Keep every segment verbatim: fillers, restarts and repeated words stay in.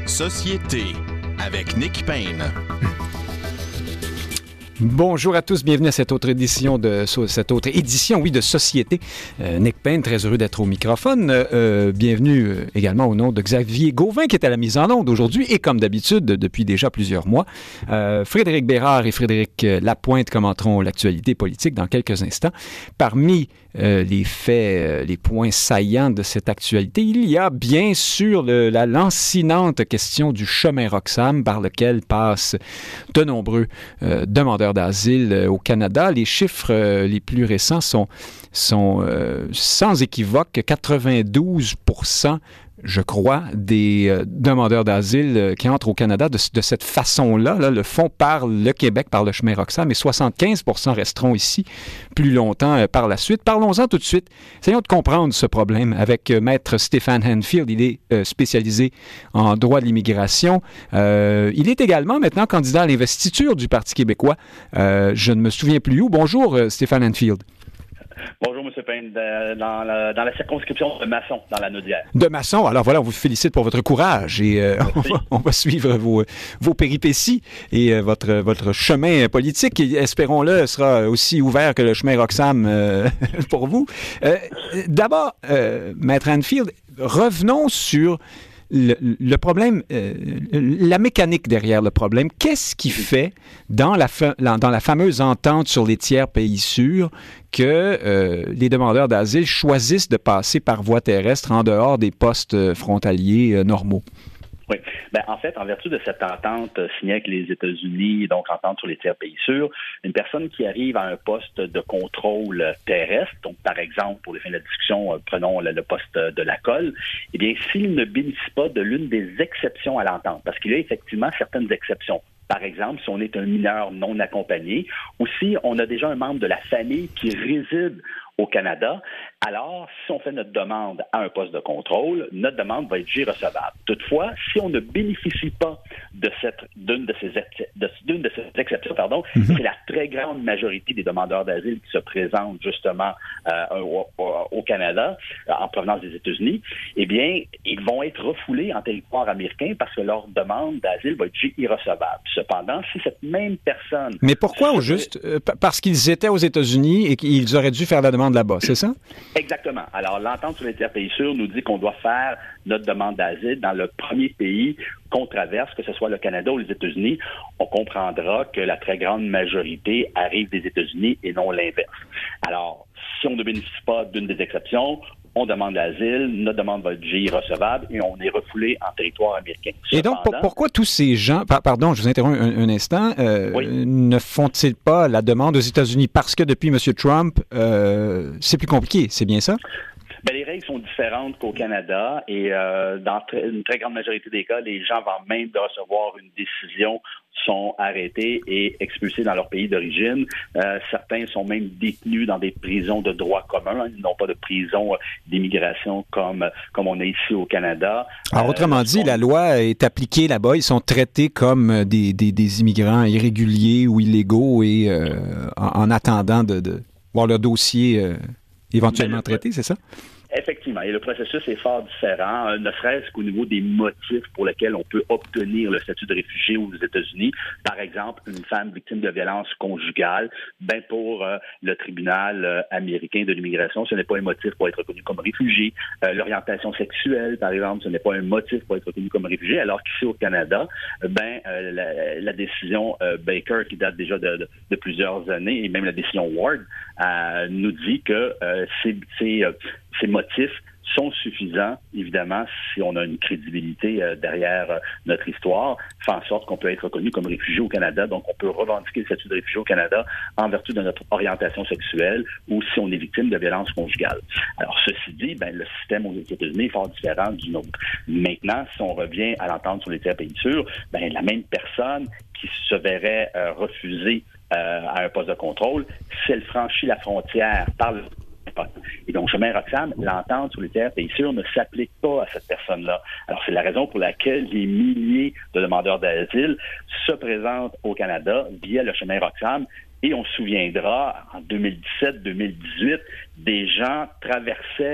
Société avec Nick Payne. Bonjour à tous, bienvenue à cette autre édition de cette autre édition, oui, de Société. Euh, Nick Payne, très heureux d'être au microphone. Euh, bienvenue euh, également au nom de Xavier Gauvin qui est à la mise en onde aujourd'hui et comme d'habitude depuis déjà plusieurs mois. Euh, Frédéric Bérard et Frédéric Lapointe commenteront l'actualité politique dans quelques instants. Parmi euh, les faits, euh, les points saillants de cette actualité, il y a bien sûr le, la lancinante question du chemin Roxham par lequel passent de nombreux euh, demandeurs d'asile euh, au Canada. Les chiffres euh, les plus récents sont, sont euh, sans équivoque quatre-vingt-douze pour cent, je crois, des euh, demandeurs d'asile euh, qui entrent au Canada de, de cette façon-là, là, le font par le Québec, par le chemin Roxham, et soixante-quinze pour cent resteront ici plus longtemps euh, par la suite. Parlons-en tout de suite. Essayons de comprendre ce problème avec euh, Maître Stéphane Hanfield. Il est euh, spécialisé en droit de l'immigration. Euh, il est également maintenant candidat à l'investiture du Parti québécois. Euh, je ne me souviens plus où. Bonjour, euh, Stéphane Hanfield. Bonjour, M. Payne, de, dans, la, dans la circonscription de Masson, dans la Naudière. De Masson. Alors voilà, on vous félicite pour votre courage et euh, on, va, on va suivre vos, vos péripéties et euh, votre, votre chemin politique qui, espérons-le, sera aussi ouvert que le chemin Roxham euh, pour vous. Euh, d'abord, euh, Maître Hanfield, revenons sur Le, le problème, euh, la mécanique derrière le problème. Qu'est-ce qui fait, dans la, fa- dans la fameuse entente sur les tiers pays sûrs, que euh, les demandeurs d'asile choisissent de passer par voie terrestre en dehors des postes frontaliers euh, normaux? Oui. Ben, en fait, en vertu de cette entente signée avec les États-Unis, donc entente sur les tiers pays sûrs, une personne qui arrive à un poste de contrôle terrestre, donc par exemple, pour les fins de la discussion, euh, prenons le, le poste de la colle, eh bien, s'il ne bénéficie pas de l'une des exceptions à l'entente, parce qu'il y a effectivement certaines exceptions. Par exemple, si on est un mineur non accompagné ou si on a déjà un membre de la famille qui réside au Canada, alors, si on fait notre demande à un poste de contrôle, notre demande va être J-recevable. Toutefois, si on ne bénéficie pas de cette, d'une de ces, de, d'une de ces exceptions, pardon, mm-hmm. c'est la très grande majorité des demandeurs d'asile qui se présentent justement euh, au, au Canada, en provenance des États-Unis, eh bien, ils vont être refoulés en territoire américain parce que leur demande d'asile va être J-irrecevable. Cependant, si cette même personne... Mais pourquoi au juste? Euh, parce qu'ils étaient aux États-Unis et qu'ils auraient dû faire la demande là-bas, c'est ça? Exactement. Alors, l'entente sur les tiers pays sûrs nous dit qu'on doit faire notre demande d'asile dans le premier pays qu'on traverse, que ce soit le Canada ou les États-Unis. On comprendra que la très grande majorité arrive des États-Unis et non l'inverse. Alors, si on ne bénéficie pas d'une des exceptions, on demande l'asile, notre demande va être J-recevable et on est refoulé en territoire américain. Cependant, et donc, pour, pourquoi tous ces gens, pardon, je vous interromps un, un instant, euh, oui. ne font-ils pas la demande aux États-Unis? Parce que depuis M. Trump, euh, c'est plus compliqué, c'est bien ça? Ben, les règles sont différentes qu'au Canada et euh, dans tr- une très grande majorité des cas, les gens, avant même de recevoir une décision, sont arrêtés et expulsés dans leur pays d'origine. Euh, certains sont même détenus dans des prisons de droit commun. Ils n'ont pas de prison d'immigration comme, comme on a ici au Canada. Alors, autrement euh, dit, on... la loi est appliquée là-bas. Ils sont traités comme des, des, des immigrants irréguliers ou illégaux et euh, en, en attendant de, de voir leur dossier euh, éventuellement ben, traité, c'est ça? Effectivement, et le processus est fort différent, ne serait-ce qu'au niveau des motifs pour lesquels on peut obtenir le statut de réfugié aux États-Unis. Par exemple, une femme victime de violence conjugale, ben pour euh, le tribunal euh, américain de l'immigration, ce n'est pas un motif pour être reconnu comme réfugié. Euh, l'orientation sexuelle, par exemple, ce n'est pas un motif pour être reconnu comme réfugié, alors qu'ici au Canada, ben euh, la, la décision euh, Baker, qui date déjà de, de, de plusieurs années, et même la décision Ward, euh, nous dit que euh, c'est, c'est euh, ces motifs sont suffisants, évidemment, si on a une crédibilité euh, derrière euh, notre histoire, fait en sorte qu'on peut être reconnu comme réfugié au Canada. Donc, on peut revendiquer le statut de réfugié au Canada en vertu de notre orientation sexuelle ou si on est victime de violences conjugales. Alors, ceci dit, ben, le système aux États-Unis est fort différent du nôtre. Maintenant, si on revient à l'entente sur les tiers pays sûrs, ben, la même personne qui se verrait euh, refuser euh, à un poste de contrôle, si elle franchit la frontière par le Et donc, chemin Roxham, l'entente sur les tiers pays sûrs ne s'applique pas à cette personne-là. Alors, c'est la raison pour laquelle des milliers de demandeurs d'asile se présentent au Canada via le chemin Roxham. Et on se souviendra, en deux mille dix-sept deux mille dix-huit, des gens traversaient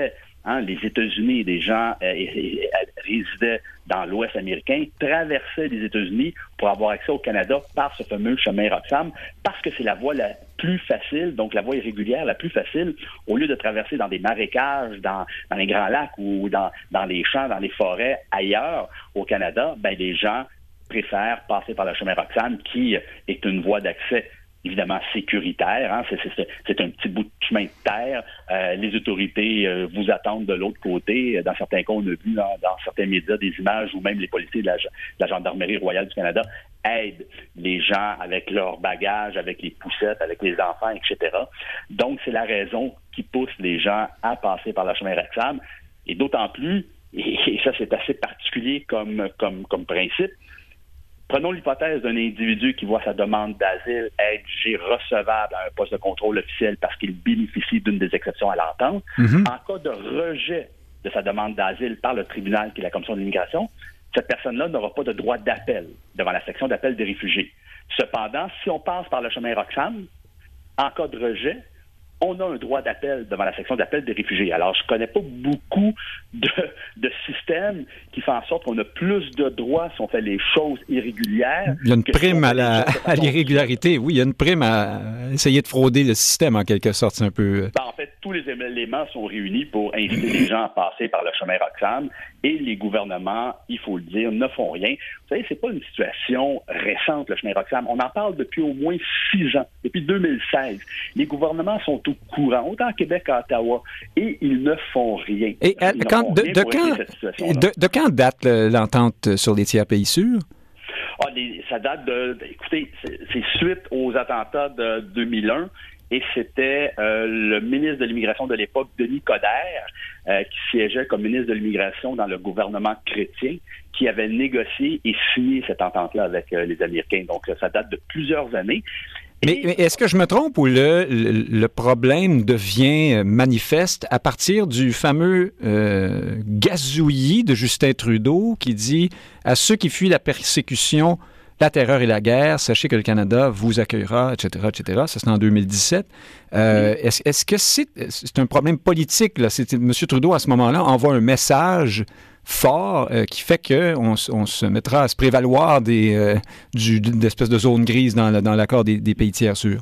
hein, les États-Unis, des gens euh, et, et, résidaient dans l'Ouest américain, traversaient les États-Unis pour avoir accès au Canada par ce fameux chemin Roxham, parce que c'est la voie la plus facile, donc la voie irrégulière la plus facile, au lieu de traverser dans des marécages, dans, dans les grands lacs ou dans, dans les champs, dans les forêts ailleurs au Canada, ben les gens préfèrent passer par le chemin Roxham, qui est une voie d'accès évidemment sécuritaire. Hein? C'est, c'est, c'est un petit bout de chemin de terre. Euh, les autorités euh, vous attendent de l'autre côté. Dans certains cas, on a vu dans, dans certains médias des images où même les policiers de la, de la Gendarmerie royale du Canada aident les gens avec leurs bagages, avec les poussettes, avec les enfants, et cetera. Donc, c'est la raison qui pousse les gens à passer par le chemin Roxham. Et d'autant plus, et, et ça c'est assez particulier comme, comme, comme principe, prenons l'hypothèse d'un individu qui voit sa demande d'asile être jugée recevable à un poste de contrôle officiel parce qu'il bénéficie d'une des exceptions à l'entente. Mm-hmm. En cas de rejet de sa demande d'asile par le tribunal qui est la Commission de l'immigration, cette personne-là n'aura pas de droit d'appel devant la section d'appel des réfugiés. Cependant, si on passe par le chemin Roxham, en cas de rejet, on a un droit d'appel devant la section d'appel des réfugiés. Alors, je ne connais pas beaucoup de, de systèmes qui font en sorte qu'on a plus de droits si on fait les choses irrégulières. Il y a une prime à, la, à l'irrégularité. Oui, il y a une prime à essayer de frauder le système, en quelque sorte. C'est un peu... Ben, en fait, tous les éléments sont réunis pour inciter les gens à passer par le chemin Roxham. Et les gouvernements, il faut le dire, ne font rien. Vous savez, c'est pas une situation récente, le chemin Roxham. On en parle depuis au moins six ans, depuis deux mille seize. Les gouvernements sont au courant, autant à Québec qu'à Ottawa, et ils ne font rien. Et à, quand, de, de, quand, de, de quand date l'entente sur les tiers pays sûrs? Ah, les, ça date de... Écoutez, c'est, c'est suite aux attentats de deux mille un, et c'était euh, le ministre de l'Immigration de l'époque, Denis Coderre, euh, qui siégeait comme ministre de l'Immigration dans le gouvernement chrétien, qui avait négocié et signé cette entente-là avec euh, les Américains. Donc, ça date de plusieurs années. Mais, mais est-ce que je me trompe ou le, le, le problème devient manifeste à partir du fameux euh, gazouillis de Justin Trudeau qui dit à ceux qui fuient la persécution, la terreur et la guerre, sachez que le Canada vous accueillera, et cetera, et cetera. Ça, c'est en deux mille dix-sept. Euh, oui. est-ce, est-ce que c'est, c'est un problème politique, là? C'est, M. Trudeau, à ce moment-là, envoie un message fort euh, qui fait qu'on on se mettra à se prévaloir des, euh, du, d'une espèce de zone grise dans, la, dans l'accord des, des pays tiers sûrs.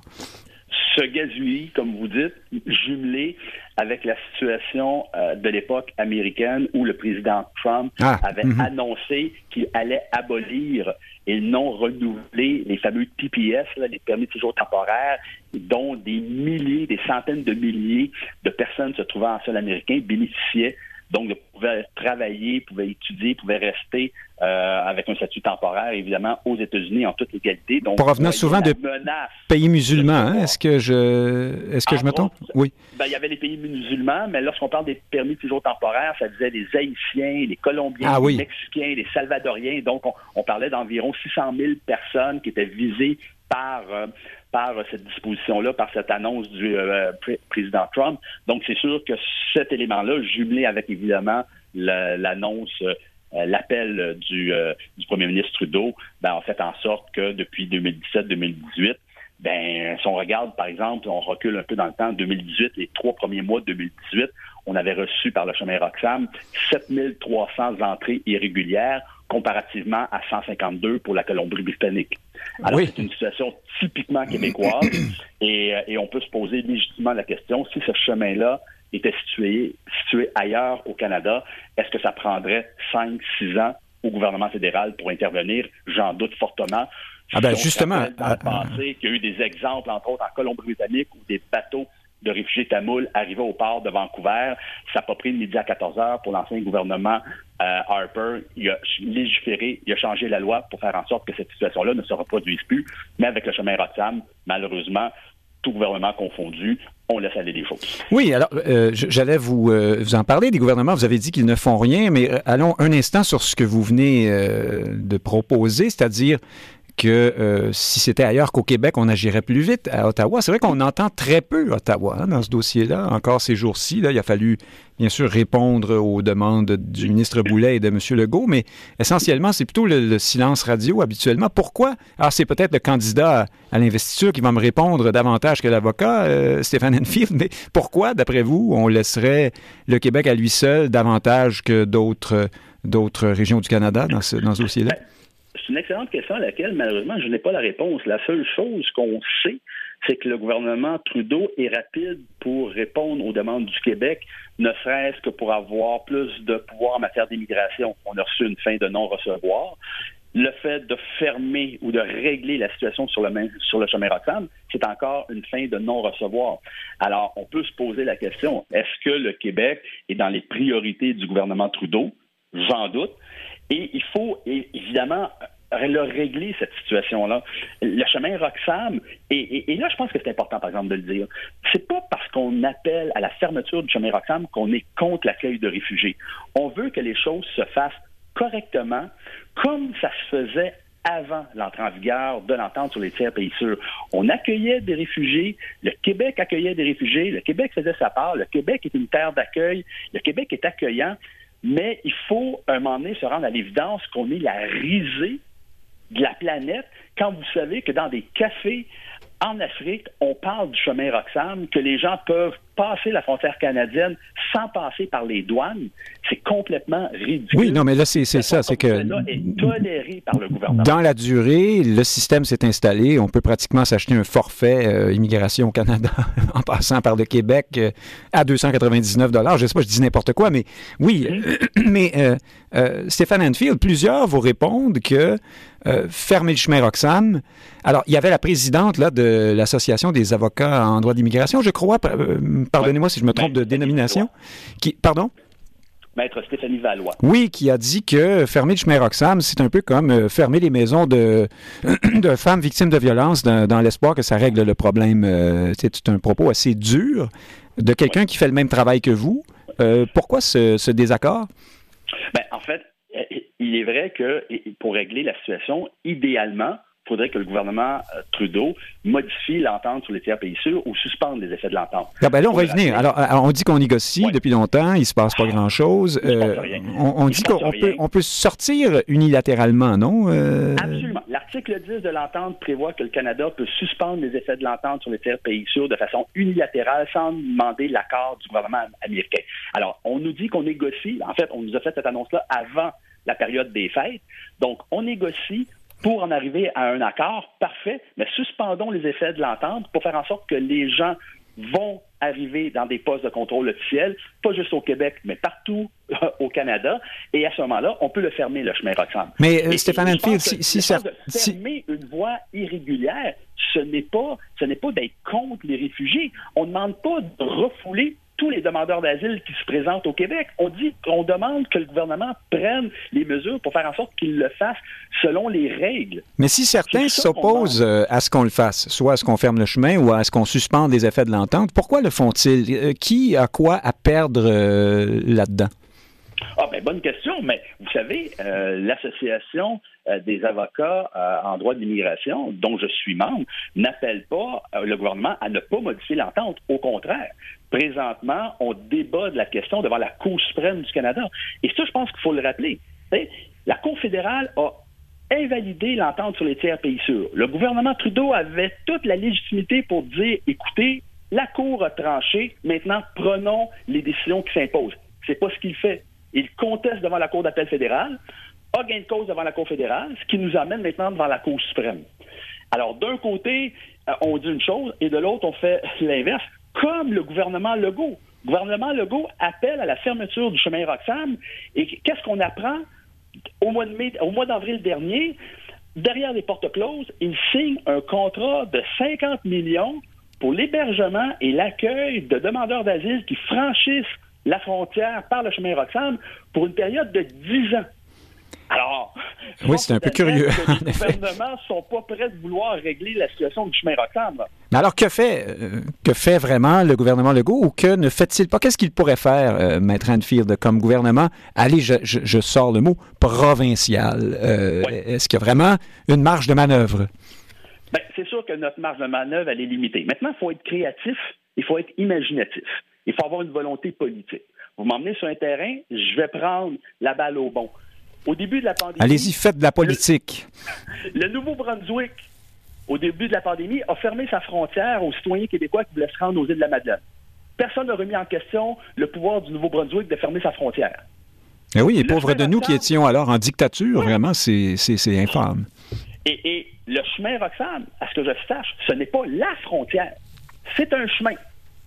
Ce gazouillis, comme vous dites, jumelé avec la situation euh, de l'époque américaine où le président Trump ah, avait mm-hmm. annoncé qu'il allait abolir et non renouveler les fameux T P S, là, les permis de séjour temporaires, dont des milliers, des centaines de milliers de personnes se trouvant en sol américain bénéficiaient. Donc, ils pouvaient travailler, pouvaient étudier, pouvaient rester euh, avec un statut temporaire, évidemment, aux États-unis en toute légalité. Donc, provenant souvent de pays musulmans, hein? Est-ce que je, est-ce que je me trompe? Oui. Ben, il y avait les pays musulmans, mais lorsqu'on parle des permis de séjour temporaire, ça disait les Haïtiens, les Colombiens, ah, oui. les Mexicains, les Salvadoriens. Donc, on, on parlait d'environ six cent mille personnes qui étaient visées par... Euh, par cette disposition-là, par cette annonce du euh, pr- président Trump. Donc, c'est sûr que cet élément-là, jumelé avec, évidemment, la, l'annonce, euh, l'appel du, euh, du premier ministre Trudeau, ben, a fait en sorte que depuis deux mille dix-sept deux mille dix-huit, ben, si on regarde, par exemple, on recule un peu dans le temps, deux mille dix-huit, les trois premiers mois de deux mille dix-huit, on avait reçu par le chemin Roxham sept mille trois cents entrées irrégulières, comparativement à cent cinquante-deux pour la Colombie-Britannique. Alors, oui. C'est une situation typiquement québécoise et, et on peut se poser légitimement la question, si ce chemin-là était situé, situé ailleurs au Canada, est-ce que ça prendrait cinq six ans au gouvernement fédéral pour intervenir? J'en doute fortement. Ah ben, justement. Dans le passé, qu'il y a eu des exemples, entre autres, en Colombie-Britannique, où des bateaux de réfugiés tamouls arrivaient au port de Vancouver. Ça n'a pas pris de midi à quatorze heures pour l'ancien gouvernement euh, Harper. Il a légiféré, il a changé la loi pour faire en sorte que cette situation-là ne se reproduise plus. Mais avec le chemin Roxham, malheureusement, tout gouvernement confondu, on laisse aller les choses. Oui, alors, euh, j'allais vous, euh, vous en parler des gouvernements. Vous avez dit qu'ils ne font rien, mais euh, allons un instant sur ce que vous venez euh, de proposer, c'est-à-dire que euh, si c'était ailleurs qu'au Québec, on agirait plus vite à Ottawa. C'est vrai qu'on entend très peu Ottawa hein, dans ce dossier-là. Encore ces jours-ci, là, il a fallu bien sûr répondre aux demandes du ministre Boulet et de M. Legault, mais essentiellement, c'est plutôt le, le silence radio habituellement. Pourquoi? Alors, c'est peut-être le candidat à, à l'investiture qui va me répondre davantage que l'avocat, euh, Stéphane Enfield, mais pourquoi, d'après vous, on laisserait le Québec à lui seul davantage que d'autres, d'autres régions du Canada dans ce, dans ce dossier-là? C'est une excellente question à laquelle, malheureusement, je n'ai pas la réponse. La seule chose qu'on sait, c'est que le gouvernement Trudeau est rapide pour répondre aux demandes du Québec, ne serait-ce que pour avoir plus de pouvoir en matière d'immigration. On a reçu une fin de non-recevoir. Le fait de fermer ou de régler la situation sur le, sur le chemin Roxham, c'est encore une fin de non-recevoir. Alors, on peut se poser la question, est-ce que le Québec est dans les priorités du gouvernement Trudeau? J'en doute. Et il faut évidemment le régler, cette situation-là. Le chemin Roxham, et, et, et là, je pense que c'est important, par exemple, de le dire, c'est pas parce qu'on appelle à la fermeture du chemin Roxham qu'on est contre l'accueil de réfugiés. On veut que les choses se fassent correctement, comme ça se faisait avant l'entrée en vigueur de l'entente sur les tiers pays sûrs. On accueillait des réfugiés, le Québec accueillait des réfugiés, le Québec faisait sa part, le Québec est une terre d'accueil, le Québec est accueillant, mais il faut, à un moment donné, se rendre à l'évidence qu'on est la risée de la planète quand vous savez que dans des cafés en Afrique, on parle du chemin Roxham, que les gens peuvent passer la frontière canadienne sans passer par les douanes. C'est complètement ridicule. Oui, non, mais là, c'est, c'est ça, c'est que... est toléré par le gouvernement. Dans la durée, le système s'est installé. On peut pratiquement s'acheter un forfait euh, immigration au Canada en passant par le Québec euh, à deux cent quatre-vingt-dix-neuf dollars. Je ne sais pas, je dis n'importe quoi, mais oui. Mm-hmm. mais euh, euh, Stéphane Enfield, plusieurs vous répondent que euh, fermer le chemin Roxham... Alors, il y avait la présidente là, de l'Association des avocats en droit d'immigration, je crois, euh, pardonnez-moi si je me trompe de dénomination, qui, pardon? Maître Stéphanie Valois. Oui, qui a dit que fermer le chemin Roxham, c'est un peu comme euh, fermer les maisons de, de femmes victimes de violences dans, dans l'espoir que ça règle le problème. Euh, c'est un propos assez dur de quelqu'un oui. qui fait le même travail que vous. Euh, pourquoi ce, ce désaccord? Ben, en fait, il est vrai que pour régler la situation, idéalement, il faudrait que le gouvernement euh, Trudeau modifie l'entente sur les tiers pays sûrs ou suspende les effets de l'entente. Ah ben là, on va y venir. Alors, alors, on dit qu'on négocie ouais. depuis longtemps, il ne se passe pas grand-chose. Euh, on, on dit qu'on peut, on peut sortir unilatéralement, non? Euh... Absolument. L'article dix de l'entente prévoit que le Canada peut suspendre les effets de l'entente sur les tiers pays sûrs de façon unilatérale sans demander l'accord du gouvernement américain. Alors, on nous dit qu'on négocie. En fait, on nous a fait cette annonce-là avant la période des fêtes. Donc, on négocie pour en arriver à un accord, parfait, mais suspendons les effets de l'entente pour faire en sorte que les gens vont arriver dans des postes de contrôle officiels, pas juste au Québec, mais partout euh, au Canada. Et à ce moment-là, on peut le fermer, le chemin Roxham. Mais euh, Stéphane Enfield, si, si ça... Fermer si... une voie irrégulière, ce n'est pas, ce n'est pas d'être contre les réfugiés. On ne demande pas de refouler tous les demandeurs d'asile qui se présentent au Québec. On dit qu'on demande que le gouvernement prenne les mesures pour faire en sorte qu'il le fasse selon les règles. Mais si certains s'opposent à ce qu'on le fasse, soit à ce qu'on ferme le chemin ou à ce qu'on suspende les effets de l'entente, pourquoi le font-ils? Qui a quoi à perdre euh, là-dedans? Ah ben bonne question, mais vous savez, euh, l'Association euh, des avocats euh, en droit d'immigration, dont je suis membre, n'appelle pas euh, le gouvernement à ne pas modifier l'entente. Au contraire, présentement, on débat de la question devant la Cour suprême du Canada. Et ça, je pense qu'il faut le rappeler. T'sais, la Cour fédérale a invalidé l'entente sur les tiers pays sûrs. Le gouvernement Trudeau avait toute la légitimité pour dire, écoutez, la Cour a tranché, maintenant prenons les décisions qui s'imposent. C'est pas ce qu'il fait. Il conteste devant la Cour d'appel fédérale, a gain de cause devant la Cour fédérale, ce qui nous amène maintenant devant la Cour suprême. Alors, d'un côté, on dit une chose, et de l'autre, on fait l'inverse, comme le gouvernement Legault. Le gouvernement Legault appelle à la fermeture du chemin Roxham, et qu'est-ce qu'on apprend? Au mois de mai, au mois d'avril dernier, derrière les portes closes, il signe un contrat de cinquante millions pour l'hébergement et l'accueil de demandeurs d'asile qui franchissent la frontière par le chemin Roxham pour une période de dix ans. Alors, Oui, c'est un peu curieux. Les gouvernements ne sont pas prêts de vouloir régler la situation du chemin Roxham. Là. Mais alors, que fait, euh, que fait vraiment le gouvernement Legault ou que ne fait-il pas? Qu'est-ce qu'il pourrait faire, euh, Maître Handfield, comme gouvernement? Allez, je, je, je sors le mot provincial. Euh, oui. Est-ce qu'il y a vraiment une marge de manœuvre? Bien, c'est sûr que notre marge de manœuvre, elle est limitée. Maintenant, il faut être créatif, il faut être imaginatif. Il faut avoir une volonté politique. Vous m'emmenez sur un terrain, je vais prendre la balle au bon. Au début de la pandémie... Allez-y, faites de la politique. Le, le Nouveau-Brunswick, au début de la pandémie, a fermé sa frontière aux citoyens québécois qui voulaient se rendre aux îles de la Madeleine. Personne n'a remis en question le pouvoir du Nouveau-Brunswick de fermer sa frontière. Eh oui, et pauvres de nous qui étions alors en dictature, oui. Vraiment, c'est, c'est, c'est infâme. Et, et le chemin Roxham, à ce que je sache, ce n'est pas la frontière. C'est un chemin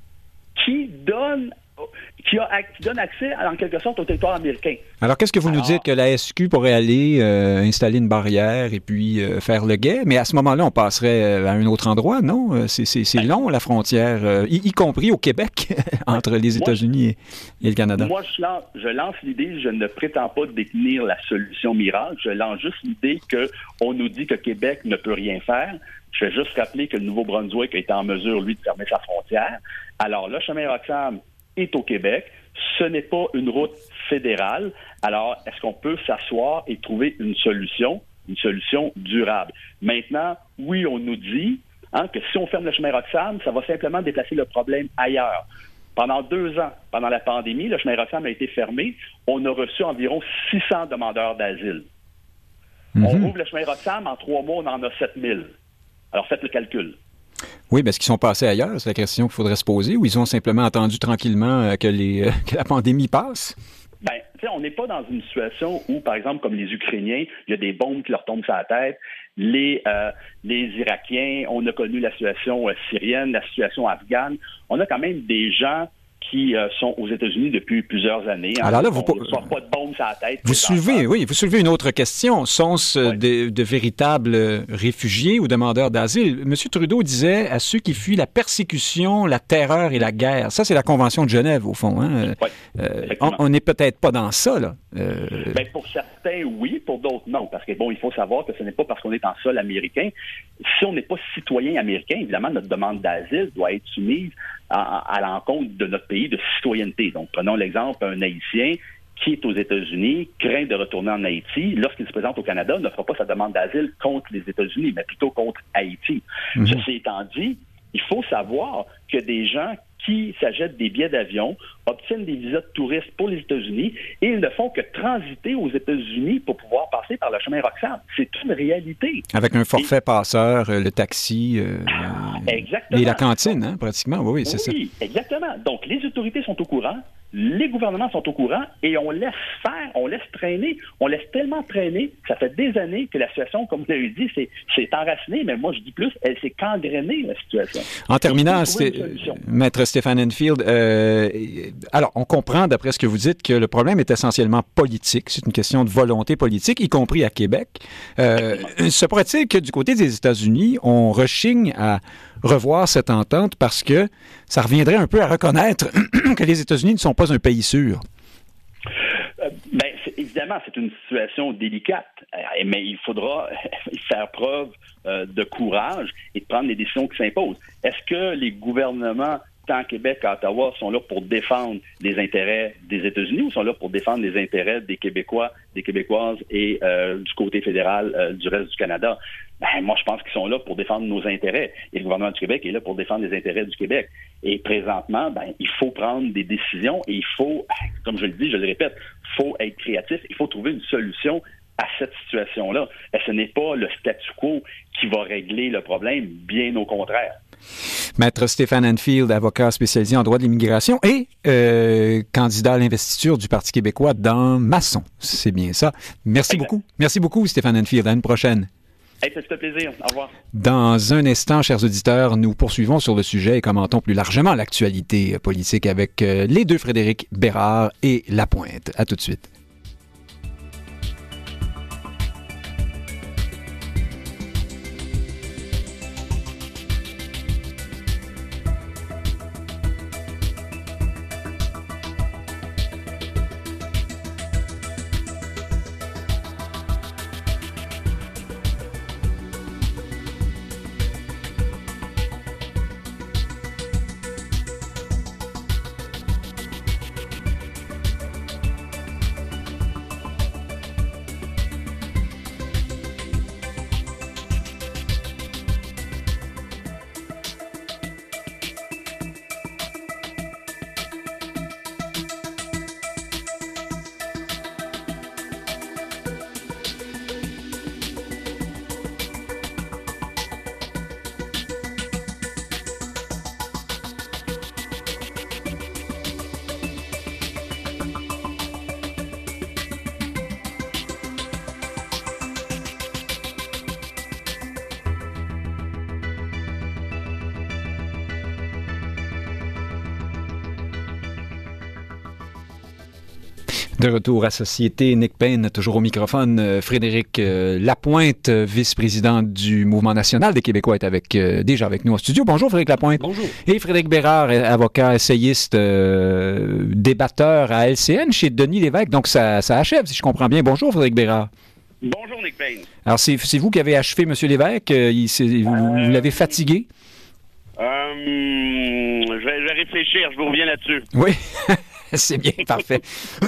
qui donne... Qui, a, qui donne accès, en quelque sorte, au territoire américain. Alors, qu'est-ce que vous Alors, nous dites? Que la S Q pourrait aller euh, installer une barrière et puis euh, faire le guet? Mais à ce moment-là, on passerait à un autre endroit, non? C'est, c'est, c'est ben, long, la frontière, euh, y, y compris au Québec, entre les États-Unis et, et le Canada. Moi, je lance, je lance l'idée, je ne prétends pas détenir la solution miracle, je lance juste l'idée qu'on nous dit que Québec ne peut rien faire. Je vais juste rappeler que le Nouveau-Brunswick a été en mesure, lui, de fermer sa frontière. Alors, le chemin Roxham est au Québec. Ce n'est pas une route fédérale. Alors, est-ce qu'on peut s'asseoir et trouver une solution, une solution durable? Maintenant, oui, on nous dit hein, que si on ferme le chemin Roxham, ça va simplement déplacer le problème ailleurs. Pendant deux ans, pendant la pandémie, le chemin Roxham a été fermé. On a reçu environ six cents demandeurs d'asile. Mm-hmm. On ouvre le chemin Roxham, en trois mois, on en a sept mille. Alors, faites le calcul. Oui, mais est-ce qu'ils sont passés ailleurs? C'est la question qu'il faudrait se poser. Ou ils ont simplement attendu tranquillement euh, que, les, euh, que la pandémie passe? Bien, tu sais, on n'est pas dans une situation où, par exemple, comme les Ukrainiens, il y a des bombes qui leur tombent sur la tête. Les, euh, les Irakiens, on a connu la situation euh, syrienne, la situation afghane. On a quand même des gens qui euh, sont aux États-Unis depuis plusieurs années. Hein. Alors là, vous ne reçoivent pas de bombes sur la tête. Vous soulevez, oui, vous soulevez une autre question. Sont-ce oui. de, de véritables réfugiés ou demandeurs d'asile? M. Trudeau disait à ceux qui fuient la persécution, la terreur et la guerre. Ça, c'est la Convention de Genève, au fond. Hein? Oui, euh, on n'est peut-être pas dans ça, là. Euh... Bien, pour certains, oui. Pour d'autres, non. Parce que, bon, il faut savoir que ce n'est pas parce qu'on est en sol américain. Si on n'est pas citoyen américain, évidemment, notre demande d'asile doit être soumise à, à l'encontre de notre pays de citoyenneté. Donc, prenons l'exemple, un Haïtien qui est aux États-Unis, craint de retourner en Haïti, lorsqu'il se présente au Canada, ne fera pas sa demande d'asile contre les États-Unis, mais plutôt contre Haïti. Mm-hmm. Ceci étant dit, il faut savoir que des gens qui s'achètent des billets d'avion, obtiennent des visas de touristes pour les États-Unis et ils ne font que transiter aux États-Unis pour pouvoir passer par le chemin Roxham. C'est une réalité. Avec un forfait et... passeur, le taxi euh, exactement. Et la cantine, hein, pratiquement. Oui, oui, c'est oui, ça. Exactement. Donc, les autorités sont au courant, les gouvernements sont au courant et on laisse faire, on laisse traîner, on laisse tellement traîner, ça fait des années que la situation, comme vous l'avez dit, c'est, c'est enraciné, mais moi je dis plus, elle s'est gangrénée, la situation. En terminant, c'est, Maître Stéphane Handfield, euh, alors on comprend d'après ce que vous dites que le problème est essentiellement politique, c'est une question de volonté politique, y compris à Québec. Euh, se pourrait-il que du côté des États-Unis, on rechigne à revoir cette entente parce que ça reviendrait un peu à reconnaître que les États-Unis ne sont pas un pays sûr? Euh, ben, c'est, évidemment, c'est une situation délicate, euh, mais il faudra faire preuve euh, de courage et de prendre les décisions qui s'imposent. Est-ce que les gouvernements, tant à Québec qu'à Ottawa, sont là pour défendre les intérêts des États-Unis ou sont là pour défendre les intérêts des Québécois, des Québécoises et euh, du côté fédéral euh, du reste du Canada? Ben, moi, je pense qu'ils sont là pour défendre nos intérêts. Et le gouvernement du Québec est là pour défendre les intérêts du Québec. Et présentement, ben, il faut prendre des décisions et il faut, comme je le dis, je le répète, il faut être créatif, il faut trouver une solution à cette situation-là. Et ce n'est pas le statu quo qui va régler le problème, bien au contraire. Maître Stéphane Handfield, avocat spécialisé en droit de l'immigration et euh, candidat à l'investiture du Parti québécois dans Masson. C'est bien ça. Merci exact. beaucoup. Merci beaucoup, Stéphane Handfield. À une prochaine. Hey, ça fait plaisir. Au revoir. Dans un instant, chers auditeurs, nous poursuivons sur le sujet et commentons plus largement l'actualité politique avec les deux Frédéric Bérard et Lapointe. À tout de suite. De retour à Société, Nick Payne, toujours au microphone. Euh, Frédéric euh, Lapointe, vice-président du Mouvement national des Québécois, est avec, euh, déjà avec nous en studio. Bonjour Frédéric Lapointe. Bonjour. Et Frédéric Bérard, avocat, essayiste, euh, débatteur à L C N chez Denis Lévesque. Donc ça, ça achève, si je comprends bien. Bonjour Frédéric Bérard. Bonjour Nick Payne. Alors c'est, c'est vous qui avez achevé M. Lévesque. Euh, il, c'est, vous, euh... vous l'avez fatigué? Euh, je, vais, je vais réfléchir, je vous reviens là-dessus. Oui, c'est bien, parfait.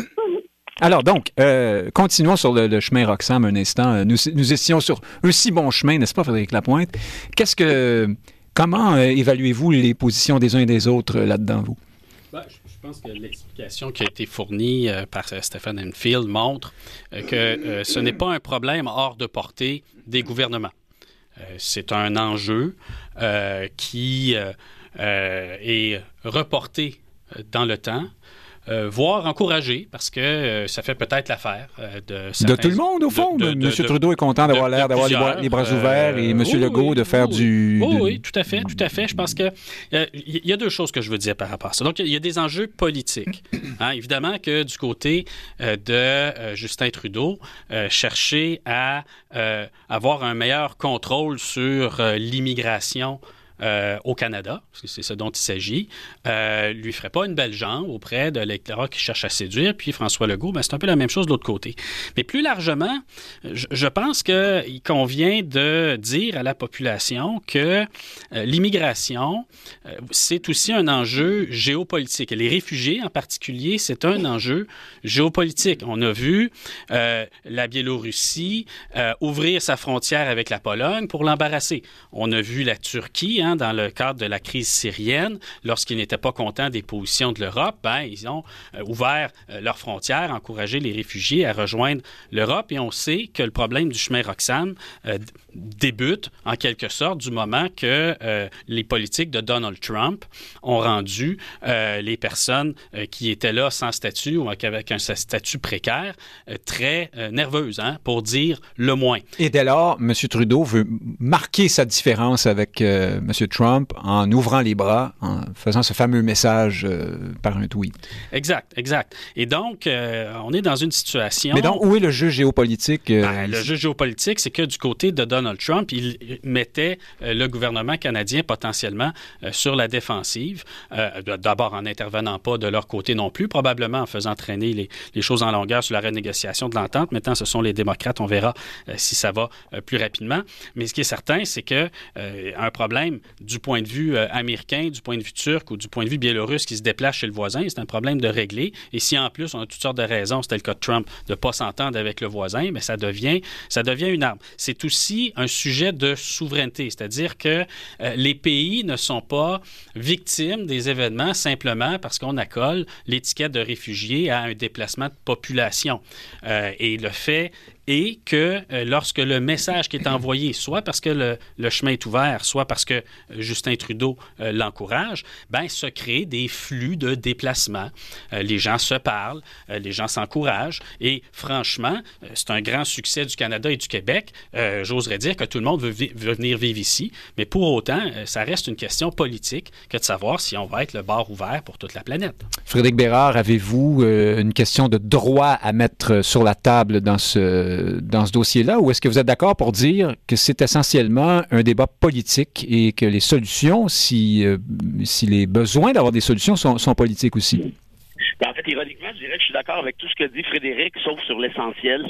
Alors donc, euh, continuons sur le, le chemin Roxham un instant. Nous, nous étions sur un si bon chemin, n'est-ce pas, Frédéric Lapointe? Qu'est-ce que, comment euh, évaluez-vous les positions des uns et des autres euh, là-dedans, vous? Ben, je, je pense que l'explication qui a été fournie euh, par euh, Stephen Enfield montre euh, que euh, ce n'est pas un problème hors de portée des gouvernements. Euh, c'est un enjeu euh, qui euh, euh, est reporté dans le temps. Euh, voire encouragé, parce que euh, ça fait peut-être l'affaire euh, de certains... De tout le monde, au fond. De, de, M. de, Trudeau est content d'avoir de, l'air de d'avoir les bras, les bras ouverts et M. Euh, Legault oui, de faire oui, du... Oui, de... oui, tout à fait, tout à fait. Je pense que il euh, y a deux choses que je veux dire par rapport à ça. Donc, il y a des enjeux politiques. Hein, évidemment que du côté euh, de euh, Justin Trudeau, euh, chercher à euh, avoir un meilleur contrôle sur euh, l'immigration Euh, au Canada, parce que c'est ce dont il s'agit, euh, lui ferait pas une belle jambe auprès de l'électorat qui cherche à séduire, puis François Legault, ben, c'est un peu la même chose de l'autre côté. Mais plus largement, je, je pense qu'il convient de dire à la population que euh, l'immigration, euh, c'est aussi un enjeu géopolitique. Et les réfugiés, en particulier, c'est un enjeu géopolitique. On a vu euh, la Biélorussie euh, ouvrir sa frontière avec la Pologne pour l'embarrasser. On a vu la Turquie, hein, dans le cadre de la crise syrienne, lorsqu'ils n'étaient pas contents des positions de l'Europe, ben, ils ont euh, ouvert euh, leurs frontières, encouragé les réfugiés à rejoindre l'Europe. Et on sait que le problème du chemin Roxham euh, débute, en quelque sorte, du moment que euh, les politiques de Donald Trump ont rendu euh, les personnes euh, qui étaient là sans statut ou avec un statut précaire euh, très euh, nerveuses, hein, pour dire le moins. Et dès lors, M. Trudeau veut marquer sa différence avec euh, M. Trump en ouvrant les bras, en faisant ce fameux message euh, par un tweet. Exact, exact. Et donc, euh, on est dans une situation... Mais donc, où est le jeu géopolitique? Euh, ben, le jeu géopolitique, c'est que du côté de Donald Trump, il mettait euh, le gouvernement canadien potentiellement euh, sur la défensive. Euh, d'abord, en n'intervenant pas de leur côté non plus, probablement en faisant traîner les, les choses en longueur sur la renégociation de l'entente. Maintenant, ce sont les démocrates. On verra euh, si ça va euh, plus rapidement. Mais ce qui est certain, c'est que euh, un problème du point de vue euh, américain, du point de vue turc ou du point de vue biélorusse qui se déplace chez le voisin, c'est un problème de régler. Et si en plus on a toutes sortes de raisons, c'était le cas de Trump, de ne pas s'entendre avec le voisin, mais ça devient, ça devient une arme. C'est aussi un sujet de souveraineté, c'est-à-dire que euh, les pays ne sont pas victimes des événements simplement parce qu'on accole l'étiquette de réfugié à un déplacement de population. Euh, et le fait et que euh, lorsque le message qui est envoyé, soit parce que le, le chemin est ouvert, soit parce que Justin Trudeau euh, l'encourage, ben se créent des flux de déplacement. Euh, les gens se parlent, euh, les gens s'encouragent et franchement, euh, c'est un grand succès du Canada et du Québec. Euh, j'oserais dire que tout le monde veut, vi- veut venir vivre ici, mais pour autant, euh, ça reste une question politique que de savoir si on va être le bar ouvert pour toute la planète. Frédéric Bérard, avez-vous euh, une question de droit à mettre sur la table dans ce dans ce dossier-là, ou est-ce que vous êtes d'accord pour dire que c'est essentiellement un débat politique et que les solutions, si, euh, si les besoins d'avoir des solutions sont, sont politiques aussi? En fait, ironiquement, je dirais que je suis d'accord avec tout ce que dit Frédéric, sauf sur l'essentiel.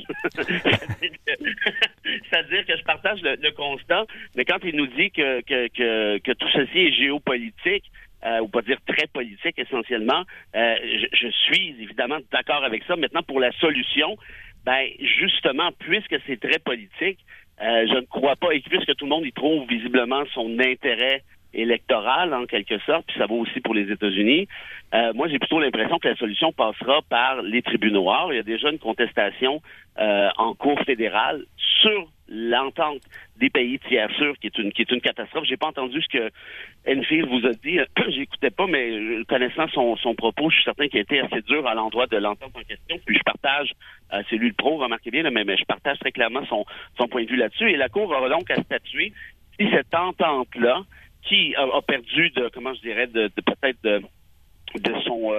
C'est-à-dire que je partage le, le constat, mais quand il nous dit que, que, que, que tout ceci est géopolitique, Euh, ou pas dire très politique essentiellement, euh, je, je suis évidemment d'accord avec ça. Maintenant, pour la solution, ben justement, puisque c'est très politique, euh, je ne crois pas, et puisque tout le monde y trouve visiblement son intérêt électoral, en quelque sorte, puis ça vaut aussi pour les États-Unis, euh, moi j'ai plutôt l'impression que la solution passera par les tribunaux. Or, il y a déjà une contestation euh, en cour fédérale sur l'entente des pays tiers sûrs, qui est une qui est une catastrophe. J'ai pas entendu ce que Enfield vous a dit. J'écoutais pas, mais connaissant son, son propos, je suis certain qu'il a été assez dur à l'endroit de l'entente en question. Puis je partage, euh, c'est lui le pro, remarquez bien, là, mais, mais je partage très clairement son, son point de vue là-dessus. Et la Cour aura donc à statuer si cette entente-là, qui a, a perdu de, comment je dirais, de, de peut-être de, de son... Euh,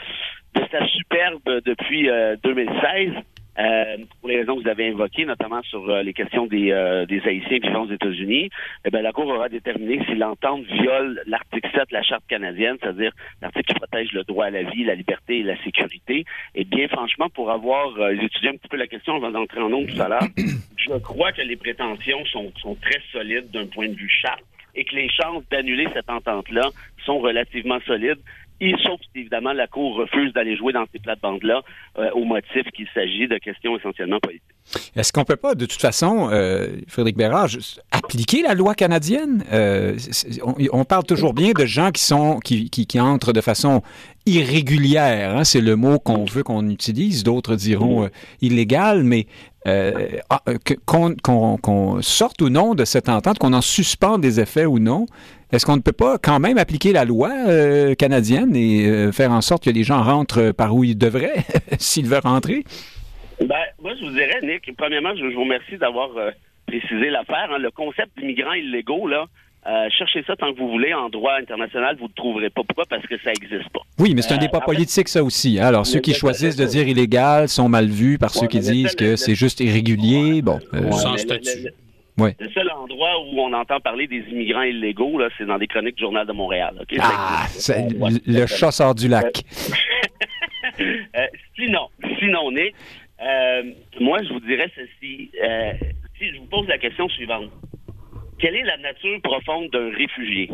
de sa superbe depuis euh, deux mille seize. Euh, pour les raisons que vous avez invoquées, notamment sur euh, les questions des, euh, des Haïtiens vivant aux États-Unis, eh bien, la Cour aura déterminé si l'entente viole l'article sept de la Charte canadienne, c'est-à-dire l'article qui protège le droit à la vie, la liberté et la sécurité. Et bien, franchement, pour avoir euh, étudié un petit peu la question avant d'entrer en nombre tout à l'heure, je crois que les prétentions sont, sont très solides d'un point de vue charte et que les chances d'annuler cette entente-là sont relativement solides. Et sauf évidemment, la Cour refuse d'aller jouer dans ces plates-bandes-là euh, au motif qu'il s'agit de questions essentiellement politiques. Est-ce qu'on peut pas, de toute façon, euh, Frédéric Bérard, juste appliquer la loi canadienne? Euh, on, on parle toujours bien de gens qui sont qui, qui, qui entrent de façon irrégulière, hein, c'est le mot qu'on veut qu'on utilise. D'autres diront euh, illégal, mais euh, qu'on, qu'on, qu'on sorte ou non de cette entente, qu'on en suspende des effets ou non. Est-ce qu'on ne peut pas quand même appliquer la loi euh, canadienne et euh, faire en sorte que les gens rentrent par où ils devraient, s'ils veulent rentrer? Ben, moi, je vous dirais, Nick, premièrement, je vous remercie d'avoir euh, précisé l'affaire. Hein. Le concept d'immigrants illégaux, là, euh, cherchez ça tant que vous voulez en droit international, vous ne le trouverez pas. Pourquoi? Parce que ça n'existe pas. Oui, mais c'est un euh, débat fait, politique, ça aussi. Hein? Alors, ceux qui choisissent de dire illégal sont mal vus par ouais, ceux qui disent seul, que le, c'est juste irrégulier. Ouais, bon, euh, sans statut. Ouais. Le seul endroit où on entend parler des immigrants illégaux, là, c'est dans des chroniques du Journal de Montréal. Okay? Ah, c'est, le, le chat sort du lac. euh, sinon, sinon, Nick, euh, moi, je vous dirais ceci. Euh, si je vous pose la question suivante. Quelle est la nature profonde d'un réfugié?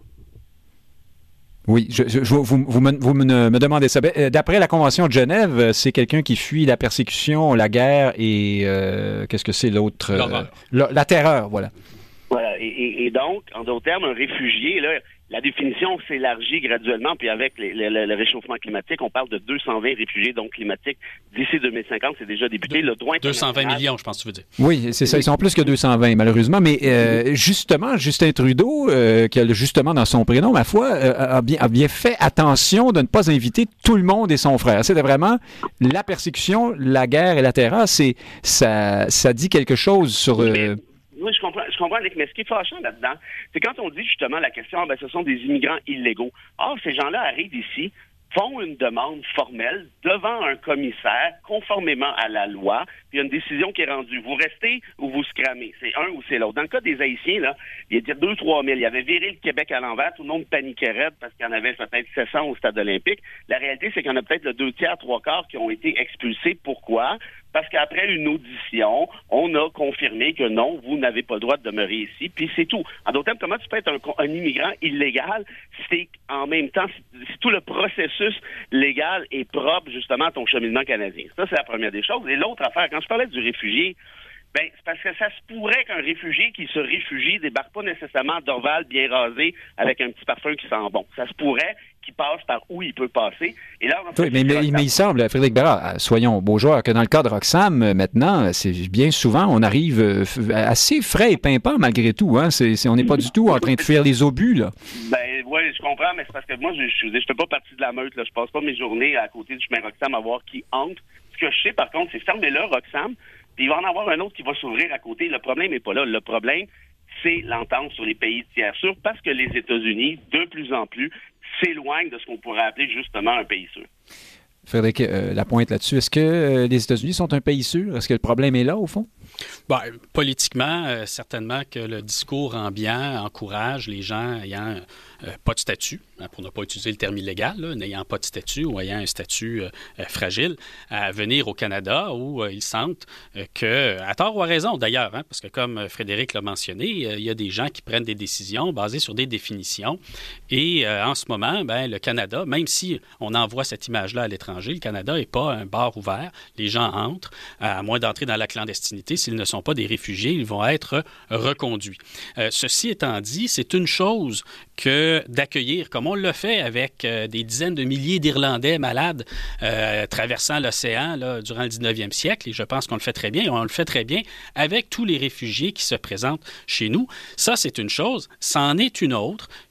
Oui, je, je, vous, vous, vous, me, vous me, me demandez ça. D'après la Convention de Genève, c'est quelqu'un qui fuit la persécution, la guerre et euh, qu'est-ce que c'est l'autre? Euh, la, la terreur, voilà. Voilà, et, et, et donc, en d'autres termes, un réfugié, là, la définition s'élargit graduellement, puis avec les, les, le réchauffement climatique, on parle de deux cent vingt réfugiés donc climatiques d'ici deux mille cinquante, c'est déjà débuté. Le droit deux cent vingt millions, je pense que tu veux dire. Oui, c'est ça, ils sont plus que deux cent vingt, malheureusement, mais euh, justement, Justin Trudeau, euh, qui a le justement dans son prénom, ma foi, euh, a, bien, a bien fait attention de ne pas inviter tout le monde et son frère. C'était vraiment la persécution, la guerre et la terreur, c'est, ça, ça dit quelque chose sur... Euh, Oui, je comprends, je comprends, mais ce qui est fâchant là-dedans, c'est quand on dit justement la question, ah, ben, ce sont des immigrants illégaux. Or, ces gens-là arrivent ici, font une demande formelle devant un commissaire, conformément à la loi, puis il y a une décision qui est rendue. Vous restez ou vous scramez. C'est un ou c'est l'autre. Dans le cas des Haïtiens, là, il y a deux trois mille. Il y avait viré le Québec à l'envers. Tout le monde paniquait raide parce qu'il y en avait peut-être sept cents au stade olympique. La réalité, c'est qu'il y en a peut-être le deux tiers, trois quarts qui ont été expulsés. Pourquoi? Parce qu'après une audition, on a confirmé que non, vous n'avez pas le droit de demeurer ici, puis c'est tout. En d'autres termes, comment tu peux être un, un immigrant illégal si en même temps, si, si tout le processus légal est propre justement à ton cheminement canadien? Ça, c'est la première des choses. Et l'autre affaire, quand je parlais du réfugié, ben, c'est parce que ça se pourrait qu'un réfugié qui se réfugie débarque pas nécessairement d'Orval bien rasé avec un petit parfum qui sent bon. Ça se pourrait qu'il passe par où il peut passer. Et là, oui, mais, mais, mais il semble, Frédéric Bérard, soyons beaux joueurs, que dans le cas de Roxham, maintenant, c'est bien souvent, on arrive assez frais et pimpant malgré tout. Hein? C'est, c'est, on n'est pas du tout en train de fuir les obus, là. Ben oui, je comprends, mais c'est parce que moi, je ne fais pas partie de la meute. Là. Je passe pas mes journées à côté du chemin Roxham à voir qui entre. Ce que je sais, par contre, c'est fermez-le, Roxham, puis il va en avoir un autre qui va s'ouvrir à côté. Le problème n'est pas là. Le problème, c'est l'entente sur les pays tiers sûrs parce que les États-Unis, de plus en plus, s'éloignent de ce qu'on pourrait appeler justement un pays sûr. Frédéric, euh, la pointe là-dessus, est-ce que euh, les États-Unis sont un pays sûr? Est-ce que le problème est là, au fond? Bon, politiquement, euh, certainement que le discours ambiant encourage les gens ayant euh, pas de statut, hein, pour ne pas utiliser le terme illégal, là, n'ayant pas de statut ou ayant un statut euh, euh, fragile, à venir au Canada où euh, ils sentent euh, que, à tort ou à raison d'ailleurs, hein, parce que comme Frédéric l'a mentionné, euh, il y a des gens qui prennent des décisions basées sur des définitions et euh, en ce moment, ben, le Canada, même si on envoie cette image-là à l'étranger, le Canada n'est pas un bar ouvert, les gens entrent, à moins d'entrer dans la clandestinité, s'ils ne sont pas des réfugiés, ils vont être reconduits. Euh, ceci étant dit, c'est une chose que d'accueillir, comme on l'a fait avec euh, des dizaines de milliers d'Irlandais malades euh, traversant l'océan là, durant le dix-neuvième siècle, et je pense qu'on le fait très bien, et on le fait très bien avec tous les réfugiés qui se présentent chez nous. Ça, c'est une chose. C'en est une autre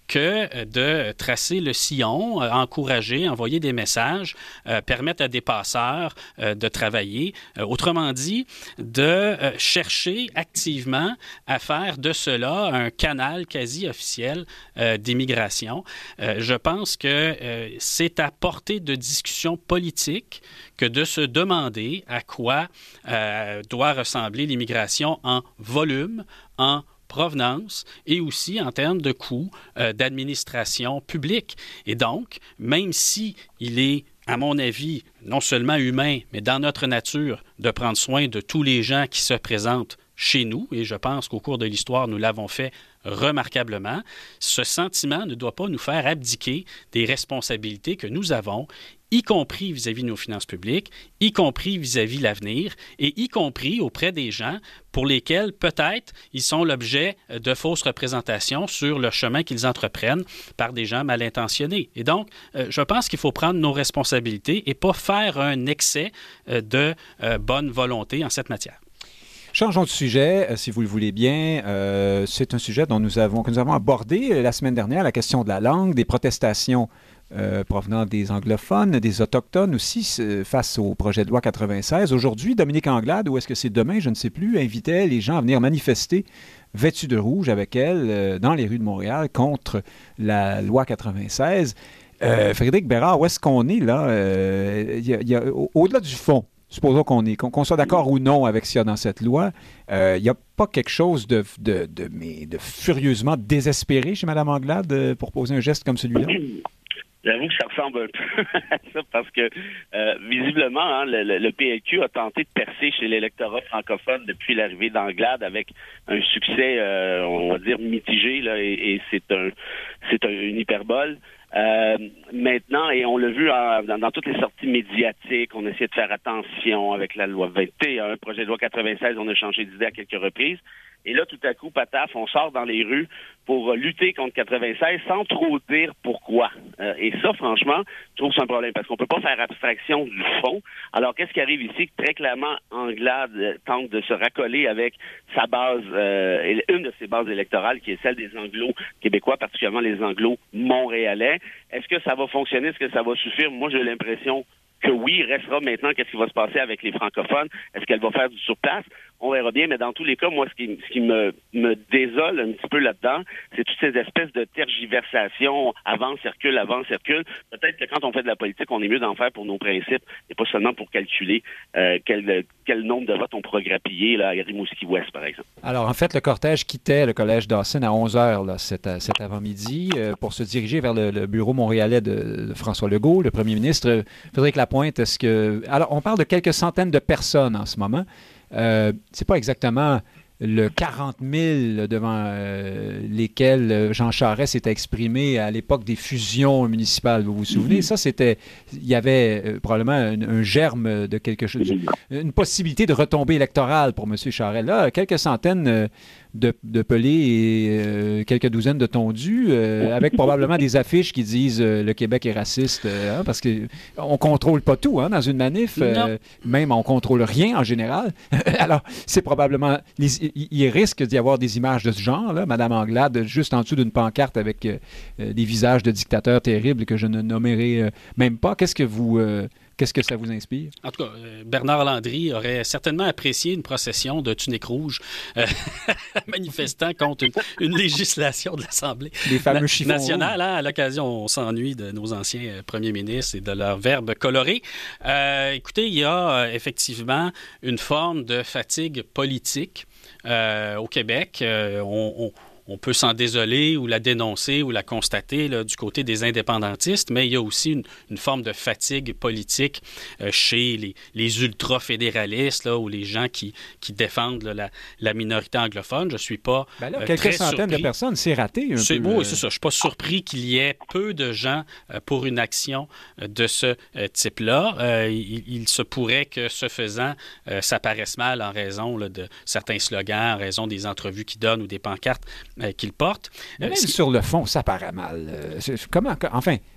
que de tracer le sillon, euh, encourager, envoyer des messages, euh, permettre à des passeurs euh, de travailler. Euh, autrement dit, de euh, chercher activement à faire de cela un canal quasi officiel euh, d'immigration. Euh, je pense que euh, c'est à portée de discussion politique que de se demander à quoi euh, doit ressembler l'immigration en volume, en provenance et aussi en termes de coûts euh, d'administration publique. Et donc, même si il est, à mon avis, non seulement humain, mais dans notre nature, de prendre soin de tous les gens qui se présentent chez nous, et je pense qu'au cours de l'histoire, nous l'avons fait remarquablement, ce sentiment ne doit pas nous faire abdiquer des responsabilités que nous avons, y compris vis-à-vis de nos finances publiques, y compris vis-à-vis de l'avenir, et y compris auprès des gens pour lesquels, peut-être, ils sont l'objet de fausses représentations sur le chemin qu'ils entreprennent par des gens mal intentionnés. Et donc, euh, je pense qu'il faut prendre nos responsabilités et pas faire un excès euh, de euh, bonne volonté en cette matière. Changeons de sujet, euh, si vous le voulez bien. Euh, c'est un sujet dont nous avons, que nous avons abordé euh, la semaine dernière, la question de la langue, des protestations euh, provenant des anglophones, des autochtones aussi, euh, face au projet de loi quatre-vingt-seize. Aujourd'hui, Dominique Anglade, ou est-ce que c'est demain, je ne sais plus, invitait les gens à venir manifester vêtus de rouge avec elle euh, dans les rues de Montréal contre la loi quatre-vingt-seize. Euh, Frédéric Bérard, où est-ce qu'on est là? Euh, y a, y a, au, au-delà du fond, supposons qu'on est, qu'on, qu'on soit d'accord ou non avec ce qu'il y a dans cette loi, il euh, n'y a pas quelque chose de, de, de, mais de furieusement désespéré chez Mme Anglade pour poser un geste comme celui-là? J'avoue que ça ressemble un peu à ça parce que, euh, visiblement, hein, le, le, le P L Q a tenté de percer chez l'électorat francophone depuis l'arrivée d'Anglade avec un succès, euh, on va dire, mitigé, là, et, et c'est un, c'est un, une hyperbole. Euh, maintenant, et on l'a vu en, dans, dans toutes les sorties médiatiques, on essaie de faire attention avec la loi vingt et un, projet de loi quatre-vingt-seize, on a changé d'idée à quelques reprises. Et là, tout à coup, pataf, on sort dans les rues pour lutter contre quatre-vingt-seize sans trop dire pourquoi. Euh, et ça, franchement, je trouve que c'est un problème parce qu'on peut pas faire abstraction du fond. Alors, qu'est-ce qui arrive ici? Très clairement, Anglade euh, tente de se raccoler avec sa base, euh, une de ses bases électorales, qui est celle des Anglo-Québécois, particulièrement les Anglo-Montréalais. Est-ce que ça va fonctionner? Est-ce que ça va suffire? Moi, j'ai l'impression que oui, il restera maintenant qu'est-ce qui va se passer avec les francophones. Est-ce qu'elle va faire du surplace? On verra bien, mais dans tous les cas, moi, ce qui, ce qui me, me désole un petit peu là-dedans, c'est toutes ces espèces de tergiversations, avance, recule, avance, recule. Peut-être que quand on fait de la politique, on est mieux d'en faire pour nos principes et pas seulement pour calculer euh, quel, quel nombre de votes on pourra grappiller là, à Rimouski-Ouest, par exemple. Alors, en fait, le cortège quittait le collège Dawson à onze heures là, cet, cet avant-midi euh, pour se diriger vers le, le bureau montréalais de, de François Legault, le premier ministre. Frédéric Lapointe, est-ce que... Alors, on parle de quelques centaines de personnes en ce moment. Euh, c'est pas exactement le quarante mille devant euh, lesquels Jean Charest s'était exprimé à l'époque des fusions municipales. Vous vous souvenez? Mm-hmm. Ça, c'était... Il y avait euh, probablement un, un germe de quelque chose, une possibilité de retombée électorale pour M. Charest. Là, quelques centaines euh, de, de pelés et euh, quelques douzaines de tondus, euh, avec probablement des affiches qui disent euh, le Québec est raciste, euh, hein, parce qu'on ne contrôle pas tout hein, dans une manif, euh, même on ne contrôle rien en général. Alors, c'est probablement... Les, il risque d'y avoir des images de ce genre, là, Mme Anglade, juste en dessous d'une pancarte avec euh, des visages de dictateurs terribles que je ne nommerai euh, même pas. Qu'est-ce que vous... Euh, Qu'est-ce que ça vous inspire? En tout cas, euh, Bernard Landry aurait certainement apprécié une procession de tuniques rouges euh, manifestant contre une, une législation de l'Assemblée Les fameux chiffons nationale. Hein, à l'occasion, on s'ennuie de nos anciens euh, premiers ministres et de leurs verbes colorés. Euh, écoutez, il y a euh, effectivement une forme de fatigue politique euh, au Québec. Euh, on, on On peut s'en désoler ou la dénoncer ou la constater là, du côté des indépendantistes, mais il y a aussi une, une forme de fatigue politique euh, chez les, les ultra-fédéralistes là, ou les gens qui, qui défendent là, la, la minorité anglophone. Je ne suis pas ben là, euh, quelques très centaines surpris. de personnes, c'est raté un c'est, peu. Oui, euh... c'est ça. Je ne suis pas surpris qu'il y ait peu de gens euh, pour une action euh, de ce euh, type-là. Euh, il, il se pourrait que, ce faisant, euh, ça paraisse mal en raison là, de certains slogans, en raison des entrevues qu'ils donnent ou des pancartes euh, qu'il porte. Mais même euh, sur le fond, ça paraît mal. Euh, comment, enfin,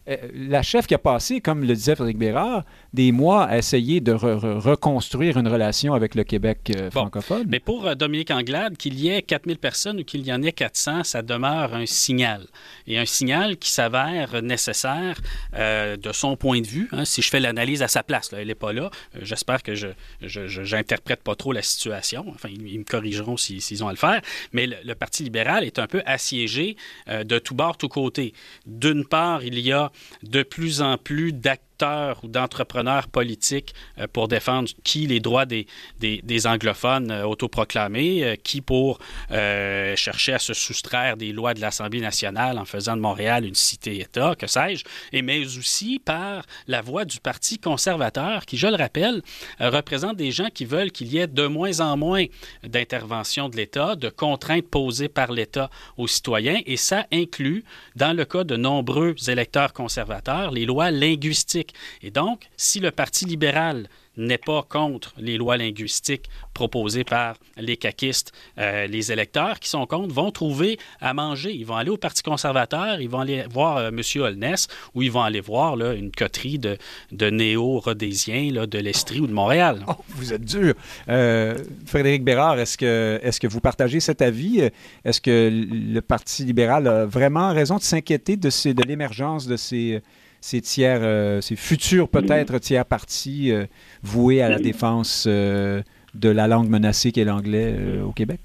euh, la chef qui a passé, comme le disait Frédéric Bérard, des mois à essayer de re- re- reconstruire une relation avec le Québec euh, Bon, francophone. mais pour euh, Dominique Anglade, qu'il y ait quatre mille personnes ou qu'il y en ait quatre cents, ça demeure un signal. Et un signal qui s'avère nécessaire euh, de son point de vue. Hein, si je fais l'analyse à sa place, là, elle n'est pas là. Euh, j'espère que je, je, je j'interprète pas trop la situation. Enfin, ils, ils me corrigeront si, s'ils ont à le faire. Mais le, le Parti libéral est un peu assiégé euh, de tous bords, tous côtés. D'une part, il y a de plus en plus d'acteurs ou d'entrepreneurs politiques euh, pour défendre qui les droits des, des, des anglophones euh, autoproclamés, euh, qui pour euh, chercher à se soustraire des lois de l'Assemblée nationale en faisant de Montréal une cité-État, que sais-je, et mais aussi par la voix du Parti conservateur qui, je le rappelle, euh, représente des gens qui veulent qu'il y ait de moins en moins d'intervention de l'État, de contraintes posées par l'État aux citoyens, et ça inclut, dans le cas de nombreux électeurs conservateurs, les lois linguistiques. Et donc, si le Parti libéral n'est pas contre les lois linguistiques proposées par les caquistes, euh, les électeurs qui sont contre vont trouver à manger. Ils vont aller au Parti conservateur, ils vont aller voir euh, M. Holness, ou ils vont aller voir là, une coterie de, de néo-rhodésiens là, de l'Estrie ou de Montréal. Oh, vous êtes dur. Euh, Frédéric Bérard, est-ce que, est-ce que vous partagez cet avis? Est-ce que le Parti libéral a vraiment raison de s'inquiéter de, ces, de l'émergence de ces... ces tiers, euh, ces futurs peut-être tiers partis euh, voués à la défense euh, de la langue menacée qu'est l'anglais euh, au Québec?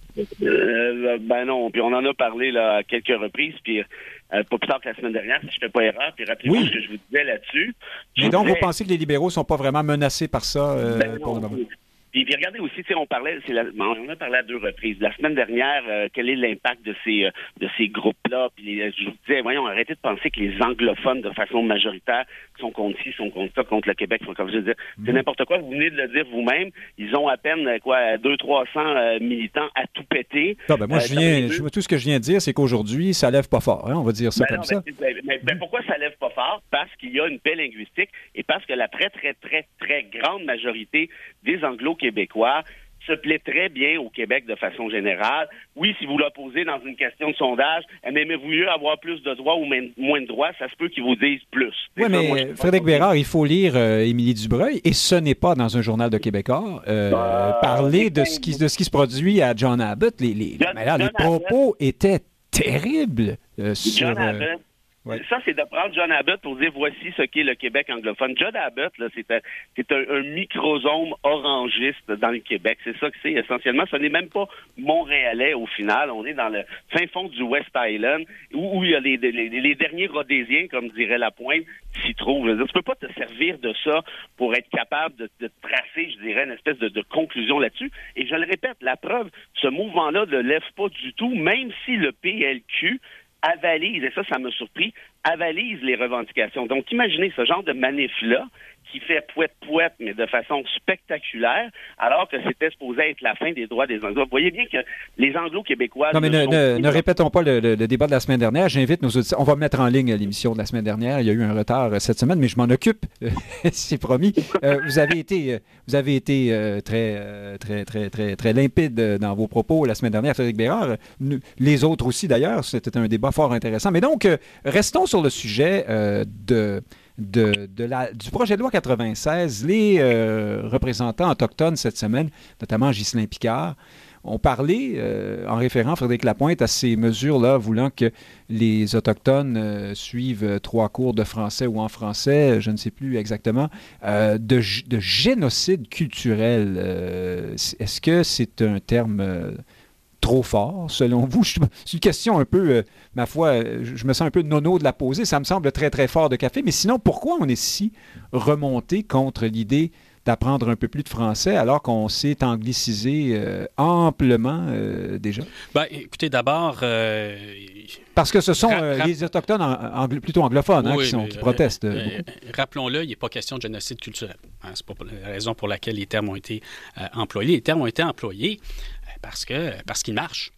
Euh, ben non, puis on en a parlé là, à quelques reprises, puis euh, pas plus tard que la semaine dernière, si je ne fais pas erreur, puis rappelez-vous oui. ce que je vous disais là-dessus. Mais je donc, disais... vous pensez que les libéraux ne sont pas vraiment menacés par ça euh, ben pour le non, moment? Puis, puis regardez aussi, tu sais, on parlait, c'est la, on a parlé à deux reprises. La semaine dernière, euh, quel est l'impact de ces euh, de ces groupes-là? Puis les, je vous disais, voyons, arrêtez de penser que les anglophones, de façon majoritaire, sont contre ci, sont contre ça, contre le Québec. Comme je veux dire, mmh. c'est n'importe quoi. Vous venez de le dire vous-même. Ils ont à peine quoi, deux, trois cents euh, militants à tout péter. Non, ben moi, euh, je viens, je, tout ce que je viens de dire, c'est qu'aujourd'hui, ça lève pas fort. Hein, on va dire ça ben comme non, ça. Ben, mais, mais pourquoi ça lève pas fort? Parce qu'il y a une paix linguistique et parce que la très, très, très, très grande majorité des Anglo-Québécois se plaît très bien au Québec de façon générale. Oui, si vous la posez dans une question de sondage, aimez-vous mieux avoir plus de droits ou moins de droits, ça se peut qu'ils vous disent plus. Oui, mais moi, Frédéric Bérard, il faut lire euh, Émilie Dubreuil, et ce n'est pas dans un journal de Québécois. Euh, euh, parler de ce, qui, de ce qui se produit à John Abbott, les, les, John, là, les propos Abbott. étaient terribles euh, sur... John Abbott. Euh, Ouais. Ça, c'est de prendre John Abbott pour dire voici ce qu'est le Québec anglophone. John Abbott, là, c'est un, c'est un, un microsome orangiste dans le Québec. C'est ça que c'est essentiellement. Ce n'est même pas montréalais au final. On est dans le fin fond du West Island où, où il y a les, les, les derniers Rhodésiens, comme dirait Lapointe, s'y trouvent. Je veux dire, tu peux pas te servir de ça pour être capable de, de tracer, je dirais, une espèce de, de conclusion là-dessus. Et je le répète, la preuve, ce mouvement-là ne lève pas du tout, même si le P L Q avalise, et ça, ça m'a surpris, avalise les revendications. Donc, imaginez ce genre de manif-là qui fait pouette-pouette, mais de façon spectaculaire, alors que c'était supposé être la fin des droits des Anglo. Vous voyez bien que les Anglo-Québécois... Non, mais ne, ne, ne répétons pas le, le, le débat de la semaine dernière. J'invite nos auditeurs... On va mettre en ligne l'émission de la semaine dernière. Il y a eu un retard cette semaine, mais je m'en occupe. C'est promis. Euh, vous avez été, vous avez été euh, très, euh, très, très, très, très limpide dans vos propos la semaine dernière, Frédéric Bérard. Les autres aussi, d'ailleurs. C'était un débat fort intéressant. Mais donc, euh, restons sur le sujet euh, de... De, de la, du projet de loi quatre-vingt-seize, les euh, représentants autochtones cette semaine, notamment Ghislain Picard, ont parlé, euh, en référant Frédéric Lapointe, à ces mesures-là, voulant que les Autochtones euh, suivent trois cours de français ou en français, je ne sais plus exactement, euh, de, de génocide culturel. Euh, est-ce que c'est un terme... Euh, trop fort, selon vous? C'est une question un peu, euh, ma foi, je me sens un peu nono de la poser. Ça me semble très, très fort de café. Mais sinon, pourquoi on est si remonté contre l'idée d'apprendre un peu plus de français alors qu'on s'est anglicisé euh, amplement euh, déjà? Bien, écoutez, d'abord... Euh, Parce que ce sont euh, ra- les Autochtones en, anglo- plutôt anglophones oui, hein, qui, sont, qui protestent. Euh, euh, rappelons-le, il n'est pas question de génocide culturel. Hein, c'est pas la raison pour laquelle les termes ont été euh, employés. Les termes ont été employés parce que parce qu'ils marchent.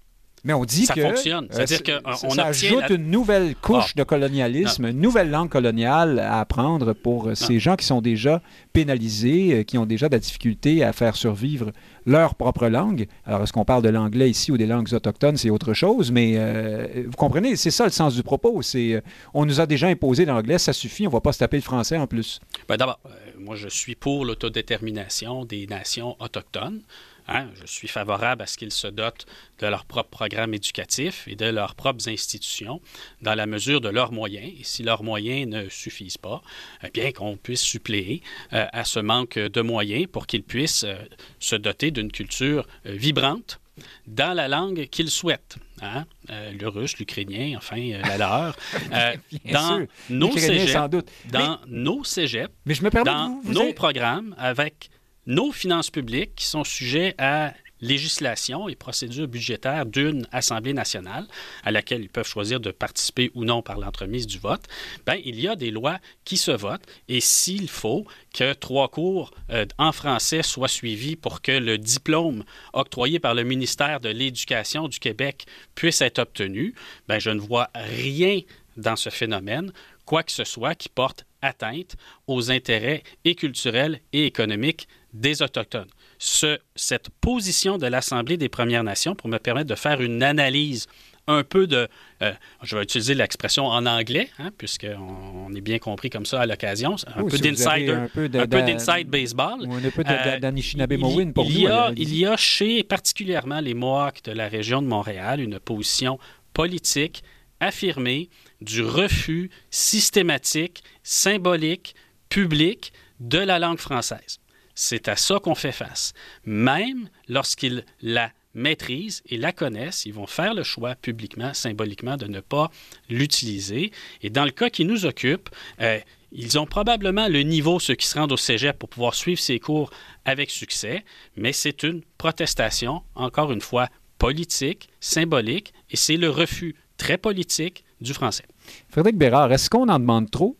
Mais on dit ça que fonctionne. C'est-à-dire euh, qu'on ça, on ça obtient ajoute la... une nouvelle couche ah. de colonialisme, non. une nouvelle langue coloniale à apprendre pour non. ces gens qui sont déjà pénalisés, qui ont déjà de la difficulté à faire survivre leur propre langue. Alors, est-ce qu'on parle de l'anglais ici ou des langues autochtones, c'est autre chose, mais euh, vous comprenez, c'est ça le sens du propos. C'est, euh, on nous a déjà imposé l'anglais, ça suffit, on ne va pas se taper le français en plus. Bien, d'abord, euh, moi, je suis pour l'autodétermination des nations autochtones. Hein? Je suis favorable à ce qu'ils se dotent de leur propre programme éducatif et de leurs propres institutions dans la mesure de leurs moyens. Et si leurs moyens ne suffisent pas, eh bien qu'on puisse suppléer euh, à ce manque de moyens pour qu'ils puissent euh, se doter d'une culture euh, vibrante dans la langue qu'ils souhaitent. Hein? Euh, le russe, l'ukrainien, enfin, euh, la leur. Euh, dans sûr. nos cégeps, sans doute. dans mais, nos cégeps, mais je me permets dans de vous, vous nos avez... programmes, avec nos finances publiques qui sont sujets à législation et procédures budgétaires d'une Assemblée nationale à laquelle ils peuvent choisir de participer ou non par l'entremise du vote, bien, il y a des lois qui se votent et s'il faut que trois cours euh, en français soient suivis pour que le diplôme octroyé par le ministère de l'Éducation du Québec puisse être obtenu, bien, je ne vois rien dans ce phénomène, quoi que ce soit qui porte atteinte aux intérêts et culturels et économiques des Autochtones. Ce, cette position de l'Assemblée des Premières Nations, pour me permettre de faire une analyse un peu de... Euh, je vais utiliser l'expression en anglais, hein, puisqu'on on est bien compris comme ça à l'occasion, un, oui, peu, si d'insider, un peu de, un peu d'inside baseball. Ou un peu euh, d'Anishinaabe-Mowin pour il, nous. Il y, a, à il y a chez particulièrement les Mohawks de la région de Montréal une position politique affirmée du refus systématique, symbolique, public de la langue française. C'est à ça qu'on fait face. Même lorsqu'ils la maîtrisent et la connaissent, ils vont faire le choix publiquement, symboliquement, de ne pas l'utiliser. Et dans le cas qui nous occupe, euh, ils ont probablement le niveau, ceux qui se rendent au cégep, pour pouvoir suivre ces cours avec succès, mais c'est une protestation, encore une fois, politique, symbolique, et c'est le refus très politique du français. Frédéric Bérard, est-ce qu'on en demande trop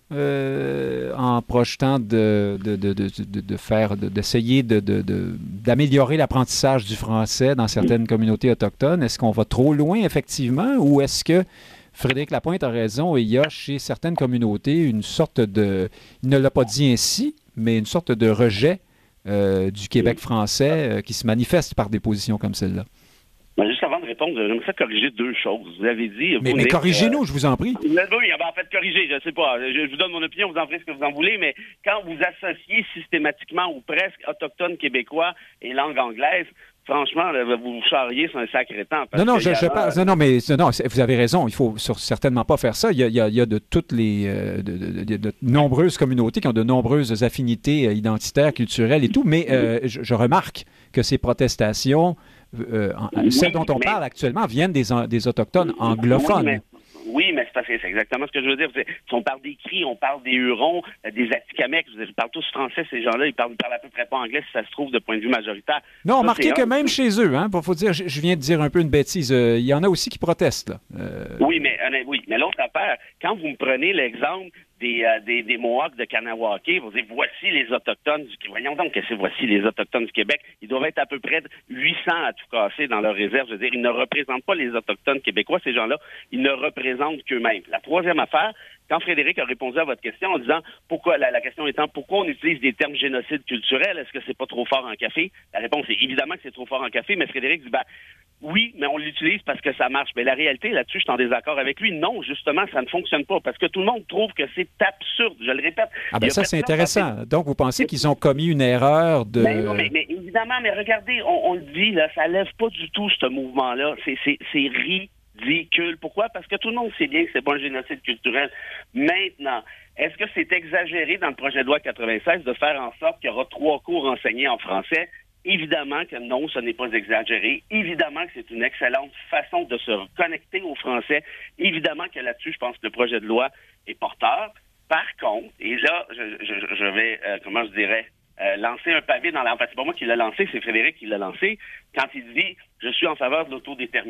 euh, en projetant de, de, de, de, de, de faire, de, d'essayer de, de, de, d'améliorer l'apprentissage du français dans certaines communautés autochtones? Est-ce qu'on va trop loin, effectivement, ou est-ce que Frédéric Lapointe a raison et il y a chez certaines communautés une sorte de, il ne l'a pas dit ainsi, mais une sorte de rejet euh, du Québec français euh, qui se manifeste par des positions comme celle-là? Ben, juste avant de répondre, j'aimerais ça corriger deux choses. Vous avez dit... Mais, vous mais corrigez-nous, euh, je vous en prie. Oui, ben, en fait, corrigez, je ne sais pas. Je, je vous donne mon opinion, vous en ferez ce que vous en voulez, mais quand vous associez systématiquement ou presque autochtones québécois et langue anglaise, franchement, là, vous vous charriez sur un sacré temps. Non, non, je, je a... parle, non, non, mais non, vous avez raison, il ne faut sur, certainement pas faire ça. Il y a, il y a, il y a de toutes les euh, de, de, de, de nombreuses communautés qui ont de nombreuses affinités euh, identitaires, culturelles et tout, mais euh, je, je remarque que ces protestations, euh, oui, celles dont on mais... parle actuellement, viennent des, des Autochtones anglophones. Oui, mais... Oui, mais c'est, parce que c'est exactement ce que je veux dire. C'est, si on parle des Cris, on parle des Hurons, des Atikamekw, ils parlent tous français, ces gens-là, ils parlent, ils parlent à peu près pas anglais si ça se trouve de point de vue majoritaire. Non, ça, remarquez que un... même chez eux, hein, faut dire, je, je viens de dire un peu une bêtise, euh, il y en a aussi qui protestent. Là. Euh... Oui, mais oui, mais l'autre affaire, quand vous me prenez l'exemple des, euh, des, des Mohawks de Kanawake, vous dites, voici les Autochtones du Québec. Voyons donc que c'est voici les Autochtones du Québec. Ils doivent être à peu près huit cents à tout casser dans leur réserve. Je veux dire, ils ne représentent pas les Autochtones québécois, ces gens-là. Ils ne représentent qu'eux-mêmes. La troisième affaire, quand Frédéric a répondu à votre question en disant, pourquoi, la, la question étant, pourquoi on utilise des termes génocide culturel? Est-ce que c'est pas trop fort en café? La réponse est évidemment que c'est trop fort en café, mais Frédéric dit, ben, oui, mais on l'utilise parce que ça marche. Mais la réalité, là-dessus, je suis en désaccord avec lui. Non, justement, ça ne fonctionne pas parce que tout le monde trouve que c'est absurde. Je le répète. Ah ben ça, c'est intéressant. Fait... Donc, vous pensez qu'ils ont commis une erreur de... Mais, non, mais, mais évidemment, mais regardez, on, on le dit, là, ça lève pas du tout ce mouvement-là. C'est, c'est, c'est ridicule. Pourquoi? Parce que tout le monde sait bien que c'est pas un génocide culturel. Maintenant, est-ce que c'est exagéré dans le projet de loi quatre-vingt-seize de faire en sorte qu'il y aura trois cours enseignés en français? Évidemment que non, ce n'est pas exagéré. Évidemment que c'est une excellente façon de se reconnecter aux Français. Évidemment que là-dessus, je pense que le projet de loi est porteur. Par contre, et là, je, je, je vais, euh, comment je dirais, euh, lancer un pavé dans la... En fait, c'est pas moi qui l'ai lancé, c'est Frédéric qui l'a lancé. Quand il dit « Je suis en faveur de l'autodétermination »,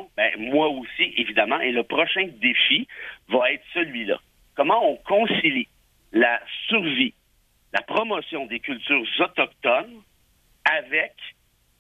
ben moi aussi, évidemment. Et le prochain défi va être celui-là. Comment on concilie la survie, la promotion des cultures autochtones avec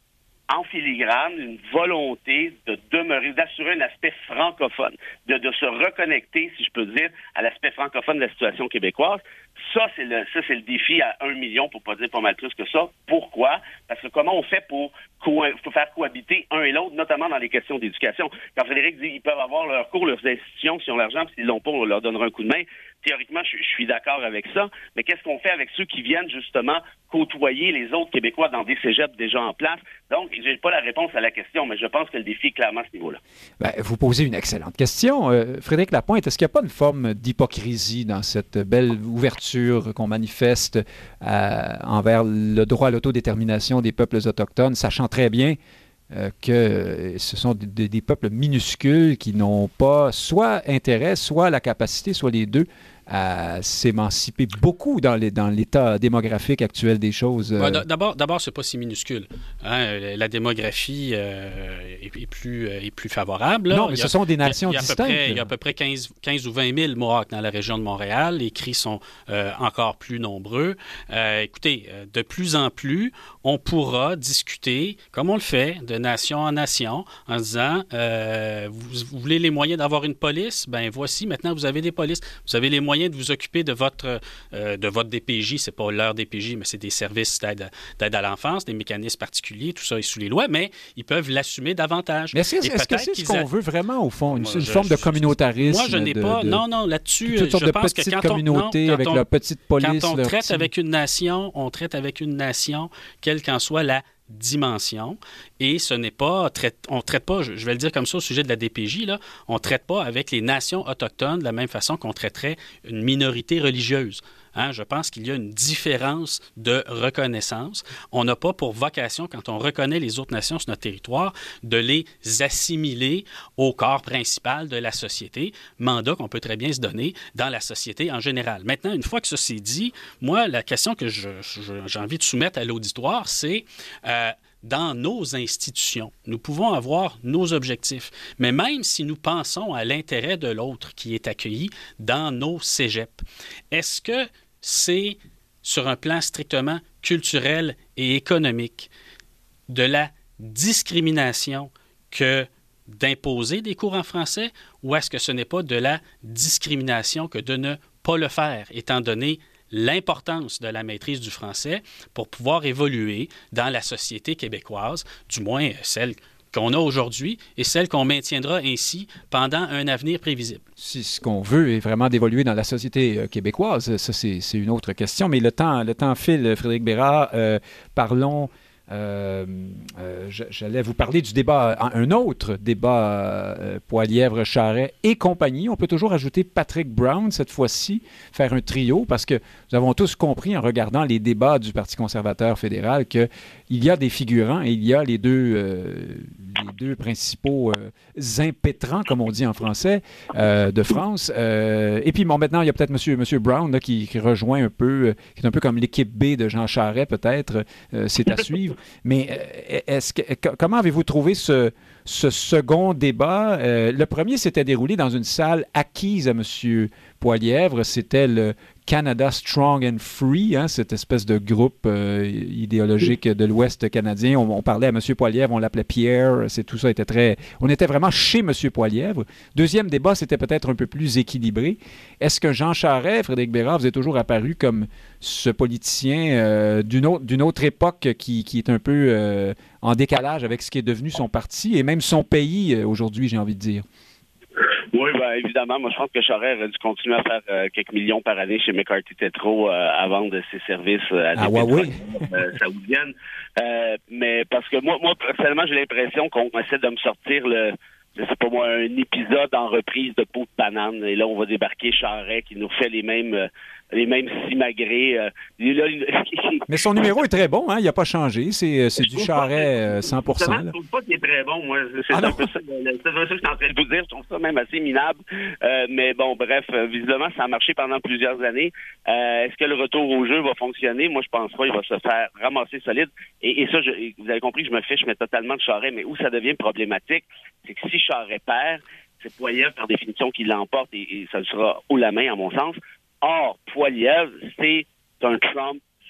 en filigrane une volonté de demeurer, d'assurer un aspect francophone, de, de se reconnecter, si je peux dire, à l'aspect francophone de la situation québécoise. Ça, c'est le, ça, c'est le défi à un million, pour pas dire pas mal plus que ça. Pourquoi? Parce que comment on fait pour, co- pour faire cohabiter un et l'autre, notamment dans les questions d'éducation? Quand Frédéric dit qu'ils peuvent avoir leurs cours, leurs institutions, s'ils ont l'argent, puis s'ils l'ont pas, on leur donnera un coup de main. Théoriquement, je, je suis d'accord avec ça. Mais qu'est-ce qu'on fait avec ceux qui viennent, justement, côtoyer les autres Québécois dans des cégeps déjà en place? Donc, je n'ai pas la réponse à la question, mais je pense que le défi est clairement à ce niveau-là. Ben, vous posez une excellente question. Euh, Frédéric Lapointe, est-ce qu'il n'y a pas une forme d'hypocrisie dans cette belle ouverture qu'on manifeste euh, envers le droit à l'autodétermination des peuples autochtones, sachant très bien euh, que ce sont des, des peuples minuscules qui n'ont pas soit intérêt, soit la capacité, soit les deux, à s'émanciper beaucoup dans, les, dans l'état démographique actuel des choses. Ouais, d'abord, d'abord, c'est pas si minuscule. Hein? La démographie euh, est, est, plus, est plus favorable. Là. Non, mais il ce a, sont des nations il y a, il y a distinctes. Près, il y a à peu près quinze, quinze ou vingt mille Mohawks dans la région de Montréal. Les cris sont euh, encore plus nombreux. Euh, écoutez, de plus en plus, on pourra discuter, comme on le fait, de nation en nation, en disant, euh, vous, vous voulez les moyens d'avoir une police? Ben voici, maintenant, vous avez des polices. Vous avez les moyens de vous occuper de votre, euh, de votre D P J. C'est pas leur D P J, mais c'est des services d'aide, d'aide à l'enfance, des mécanismes particuliers, tout ça est sous les lois, mais ils peuvent l'assumer davantage. Mais est-ce que, est-ce que c'est ce qu'on a... veut vraiment, au fond? Une, moi, une je, forme de je, communautarisme? Moi, je n'ai de, pas... De, non, non, là-dessus, toutes sortes je de pense que petites quand communautés on... Non, avec on, leur petite police... Quand on traite petit... avec une nation, on traite avec une nation, quelle qu'en soit la dimension, et ce n'est pas, traite, on ne traite pas, je vais le dire comme ça au sujet de la D P J, là, on ne traite pas avec les nations autochtones de la même façon qu'on traiterait une minorité religieuse. Hein, je pense qu'il y a une différence de reconnaissance. On n'a pas pour vocation, quand on reconnaît les autres nations sur notre territoire, de les assimiler au corps principal de la société, mandat qu'on peut très bien se donner dans la société en général. Maintenant, une fois que ça c'est dit, moi, la question que je, je, j'ai envie de soumettre à l'auditoire, c'est... Euh, dans nos institutions, nous pouvons avoir nos objectifs, mais même si nous pensons à l'intérêt de l'autre qui est accueilli dans nos cégeps, est-ce que c'est, sur un plan strictement culturel et économique, de la discrimination que d'imposer des cours en français, ou est-ce que ce n'est pas de la discrimination que de ne pas le faire, étant donné l'importance de la maîtrise du français pour pouvoir évoluer dans la société québécoise, du moins celle qu'on a aujourd'hui et celle qu'on maintiendra ainsi pendant un avenir prévisible. Si ce qu'on veut est vraiment d'évoluer dans la société euh, québécoise, ça c'est, c'est une autre question, mais le temps, le temps file, Frédéric Bérard. Euh, parlons... Euh, euh, j'allais vous parler du débat, un autre débat euh, Poilièvre-Charest et compagnie. On peut toujours ajouter Patrick Brown cette fois-ci, faire un trio, parce que nous avons tous compris en regardant les débats du Parti conservateur fédéral qu'il y a des figurants et il y a les deux, euh, les deux principaux euh, impétrants, comme on dit en français, euh, de France. Euh, et puis bon, maintenant, il y a peut-être M. Monsieur Brown là, qui, qui rejoint un peu, euh, qui est un peu comme l'équipe B de Jean Charest, peut-être. Euh, c'est à suivre. Mais est-ce que, comment avez-vous trouvé ce, ce second débat? Euh, le premier s'était déroulé dans une salle acquise à M. Poilièvre. C'était le Canada Strong and Free, hein, cette espèce de groupe euh, idéologique de l'Ouest canadien. On, on parlait à M. Poilièvre, on l'appelait Pierre. C'est, tout ça était très... On était vraiment chez M. Poilièvre. Deuxième débat, c'était peut-être un peu plus équilibré. Est-ce que Jean Charest, Frédéric Bérard, vous est toujours apparu comme ce politicien euh, d'une, autre, d'une autre époque qui, qui est un peu euh, en décalage avec ce qui est devenu son parti et même son pays euh, aujourd'hui, j'ai envie de dire? Oui, bien évidemment. Moi, je pense que Charest aurait dû continuer à faire euh, quelques millions par année chez McCarthy Tétro euh, à vendre ses services euh, à des ah, Huawei euh, saoudiennes. Euh, mais parce que moi, moi, personnellement, j'ai l'impression qu'on essaie de me sortir le... je sais pas moi, un épisode en reprise de Peau de banane. Et là, on va débarquer Charest qui nous fait les mêmes... Euh, les mêmes simagrées. Euh, là, mais son numéro est très bon, hein? Il n'a pas changé. C'est, c'est du Charest euh, cent pour cent. Je ne trouve pas qu'il est très bon, moi. C'est ah un peu ça, c'est un peu ça que je suis en train de vous dire. Je trouve ça même assez minable. Euh, mais bon, bref, visiblement, ça a marché pendant plusieurs années. Euh, est-ce que le retour au jeu va fonctionner? Moi, je pense pas. Il va se faire ramasser solide. Et, et ça, je, vous avez compris, je me fiche mais totalement de Charest. Mais où ça devient problématique, c'est que si Charest perd, c'est Poilièvre, par définition, qui l'emporte et, et ça sera haut la main, à mon sens. Or, Poilièvre, c'est un Trump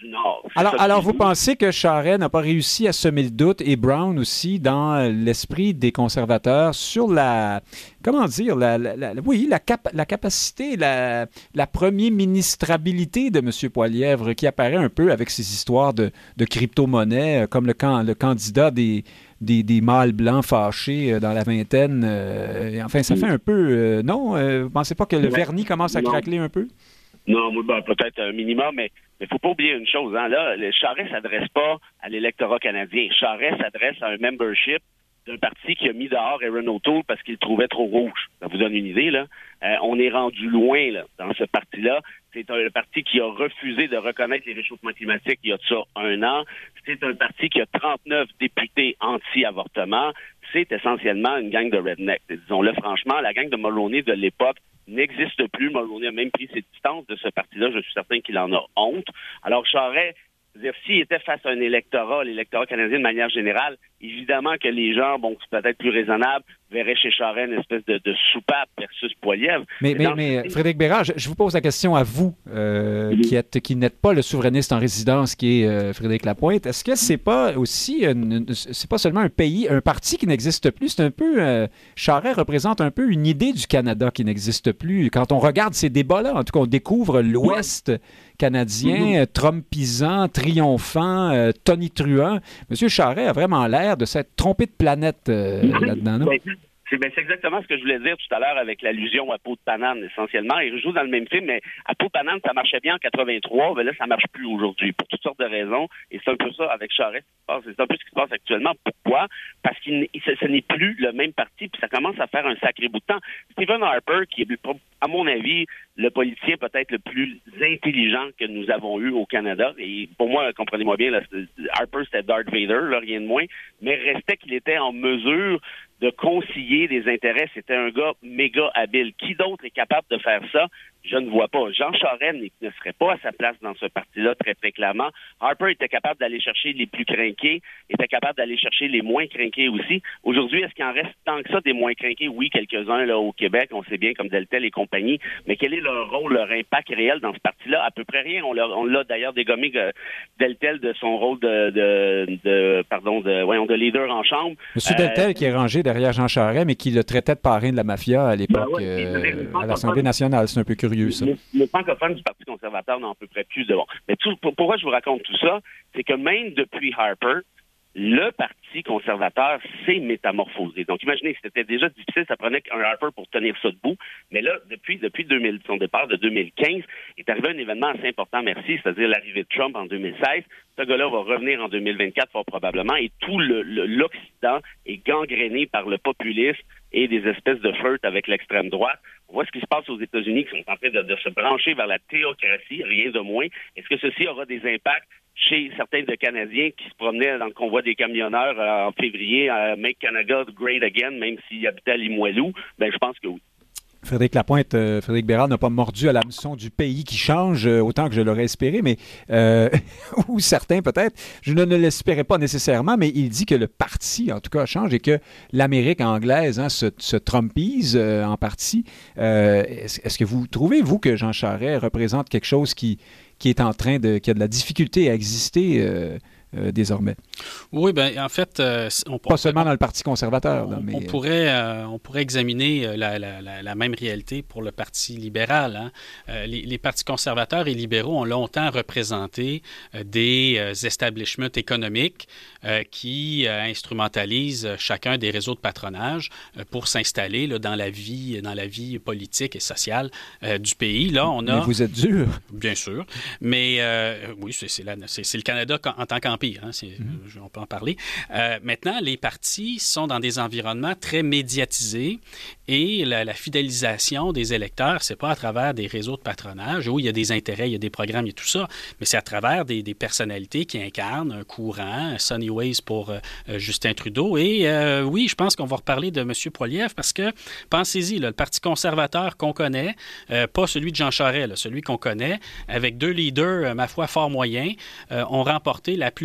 du Nord. Alors, ça alors qui... vous pensez que Charest n'a pas réussi à semer le doute, et Brown aussi, dans l'esprit des conservateurs sur la, comment dire, la, la, la, oui, la, cap, la capacité, la, la premier-ministrabilité de M. Poilievre, qui apparaît un peu avec ses histoires de, de crypto-monnaie, comme le, can, le candidat des, des, des mâles blancs fâchés dans la vingtaine. Euh, enfin, ça fait un peu... Euh, non? Euh, vous ne pensez pas que le vernis commence à craqueler un peu? Non, ben, peut-être un minimum, mais il ne faut pas oublier une chose. Hein, là, le Charest ne s'adresse pas à l'électorat canadien. Charest s'adresse à un membership d'un parti qui a mis dehors Erin O'Toole parce qu'il le trouvait trop rouge. Ça vous donne une idée, là. Euh, on est rendu loin là, dans ce parti-là. C'est un parti qui a refusé de reconnaître les réchauffements climatiques il y a de ça un an. C'est un parti qui a trente-neuf députés anti-avortement. C'est essentiellement une gang de rednecks. Disons-le franchement, la gang de Mulroney de l'époque n'existe plus. Mulroney a même pris ses distances de ce parti-là. Je suis certain qu'il en a honte. Alors, Charest, s'il était face à un électorat, l'électorat canadien de manière générale, évidemment que les gens, bon, c'est peut-être plus raisonnable, verraient chez Charest une espèce de, de soupape versus Poilievre. Mais, mais, mais, mais Frédéric Bérard, je, je vous pose la question à vous, euh, oui. qui, êtes, qui n'êtes pas le souverainiste en résidence qui est euh, Frédéric Lapointe. Est-ce que c'est pas aussi, une, une, c'est pas seulement un pays, un parti qui n'existe plus, c'est un peu, euh, Charest représente un peu une idée du Canada qui n'existe plus. Quand on regarde ces débats-là, en tout cas, on découvre l'Ouest ouais. canadien, mm-hmm. trumpisant, triomphant, euh, tonitruant. M. Charest a vraiment l'air de s'être trompé de planète euh, là-dedans, non? C'est, ben, c'est exactement ce que je voulais dire tout à l'heure avec l'allusion à Peau de banane, essentiellement. Il joue dans le même film, mais à Peau de banane, ça marchait bien en quatre-vingt-trois, mais là, ça marche plus aujourd'hui, pour toutes sortes de raisons. Et c'est un peu ça avec Charest. C'est un peu ce qui se passe actuellement. Pourquoi? Parce que ce n'est plus le même parti, puis ça commence à faire un sacré bout de temps. Stephen Harper, qui est, à mon avis, le politicien peut-être le plus intelligent que nous avons eu au Canada, et pour moi, comprenez-moi bien, là, Harper, c'était Darth Vader, là, rien de moins, mais restait qu'il était en mesure de concilier des intérêts. C'était un gars méga habile. Qui d'autre est capable de faire ça? Je ne vois pas. Jean Charest ne serait pas à sa place dans ce parti-là, très, très clairement. Harper était capable d'aller chercher les plus crinqués, était capable d'aller chercher les moins crinqués aussi. Aujourd'hui, est-ce qu'il en reste tant que ça des moins crinqués? Oui, quelques-uns là au Québec, on sait bien, comme Deltel et compagnie. Mais quel est leur rôle, leur impact réel dans ce parti-là? À peu près rien. On l'a, on l'a d'ailleurs dégommé euh, Deltel de son rôle de, de, de pardon, de, voyons, de leader en chambre. Monsieur euh, Deltel qui est rangé derrière Jean Charest, mais qui le traitait de parrain de la mafia à l'époque ben ouais, euh, à l'Assemblée nationale. C'est un peu curieux. Ça. Le, le francophone du Parti conservateur n'en peut près plus de bon. Mais tout, pourquoi je vous raconte tout ça? C'est que même depuis Harper, le Parti conservateur s'est métamorphosé. Donc, imaginez, c'était déjà difficile, ça prenait un Harper pour tenir ça debout. Mais là, depuis, depuis deux mille, son départ de deux mille quinze, est arrivé un événement assez important, merci, c'est-à-dire l'arrivée de Trump en deux mille seize. Ce gars-là va revenir en deux mille vingt-quatre, fort probablement, et tout le, le, l'Occident est gangréné par le populisme et des espèces de flirts avec l'extrême droite. On voit ce qui se passe aux États-Unis, qui sont en train de, de se brancher vers la théocratie, rien de moins. Est-ce que ceci aura des impacts chez certains de Canadiens qui se promenaient dans le convoi des camionneurs euh, en février à Make Canada Great Again, même s'ils habitaient à Limoilou? Ben, je pense que oui. Frédéric Lapointe, euh, Frédéric Bérard n'a pas mordu à l'hameçon du pays qui change euh, autant que je l'aurais espéré, mais euh, ou certains peut-être, je ne, ne l'espérais pas nécessairement, mais il dit que le parti, en tout cas, change et que l'Amérique anglaise hein, se, se trumpise euh, en partie. Euh, est-ce, est-ce que vous trouvez, vous, que Jean Charest représente quelque chose qui, qui est en train de, qui a de la difficulté à exister euh, Euh, désormais? Oui, bien, en fait... Euh, on, Pas on, seulement dans le Parti conservateur. Là, on, mais... on, pourrait, euh, on pourrait examiner la, la, la, la même réalité pour le Parti libéral. Hein. Euh, les, les partis conservateurs et libéraux ont longtemps représenté euh, des euh, establishments économiques euh, qui euh, instrumentalisent chacun des réseaux de patronage euh, pour s'installer là, dans la vie, dans la vie politique et sociale euh, du pays. Là, on a... Mais vous êtes dur. Bien sûr. Mais euh, oui, c'est, c'est, la, c'est, c'est le Canada en tant qu'empire. Hein, c'est, mm-hmm. On peut en parler. Euh, maintenant, les partis sont dans des environnements très médiatisés et la, la fidélisation des électeurs, c'est pas à travers des réseaux de patronage où il y a des intérêts, il y a des programmes, il y a tout ça, mais c'est à travers des, des personnalités qui incarnent un courant, Sunny Ways pour euh, Justin Trudeau. Et euh, oui, je pense qu'on va reparler de M. Poilievre parce que, pensez-y, là, le Parti conservateur qu'on connaît, euh, pas celui de Jean Charest, là, celui qu'on connaît, avec deux leaders, euh, ma foi, fort moyens, euh, ont remporté la plus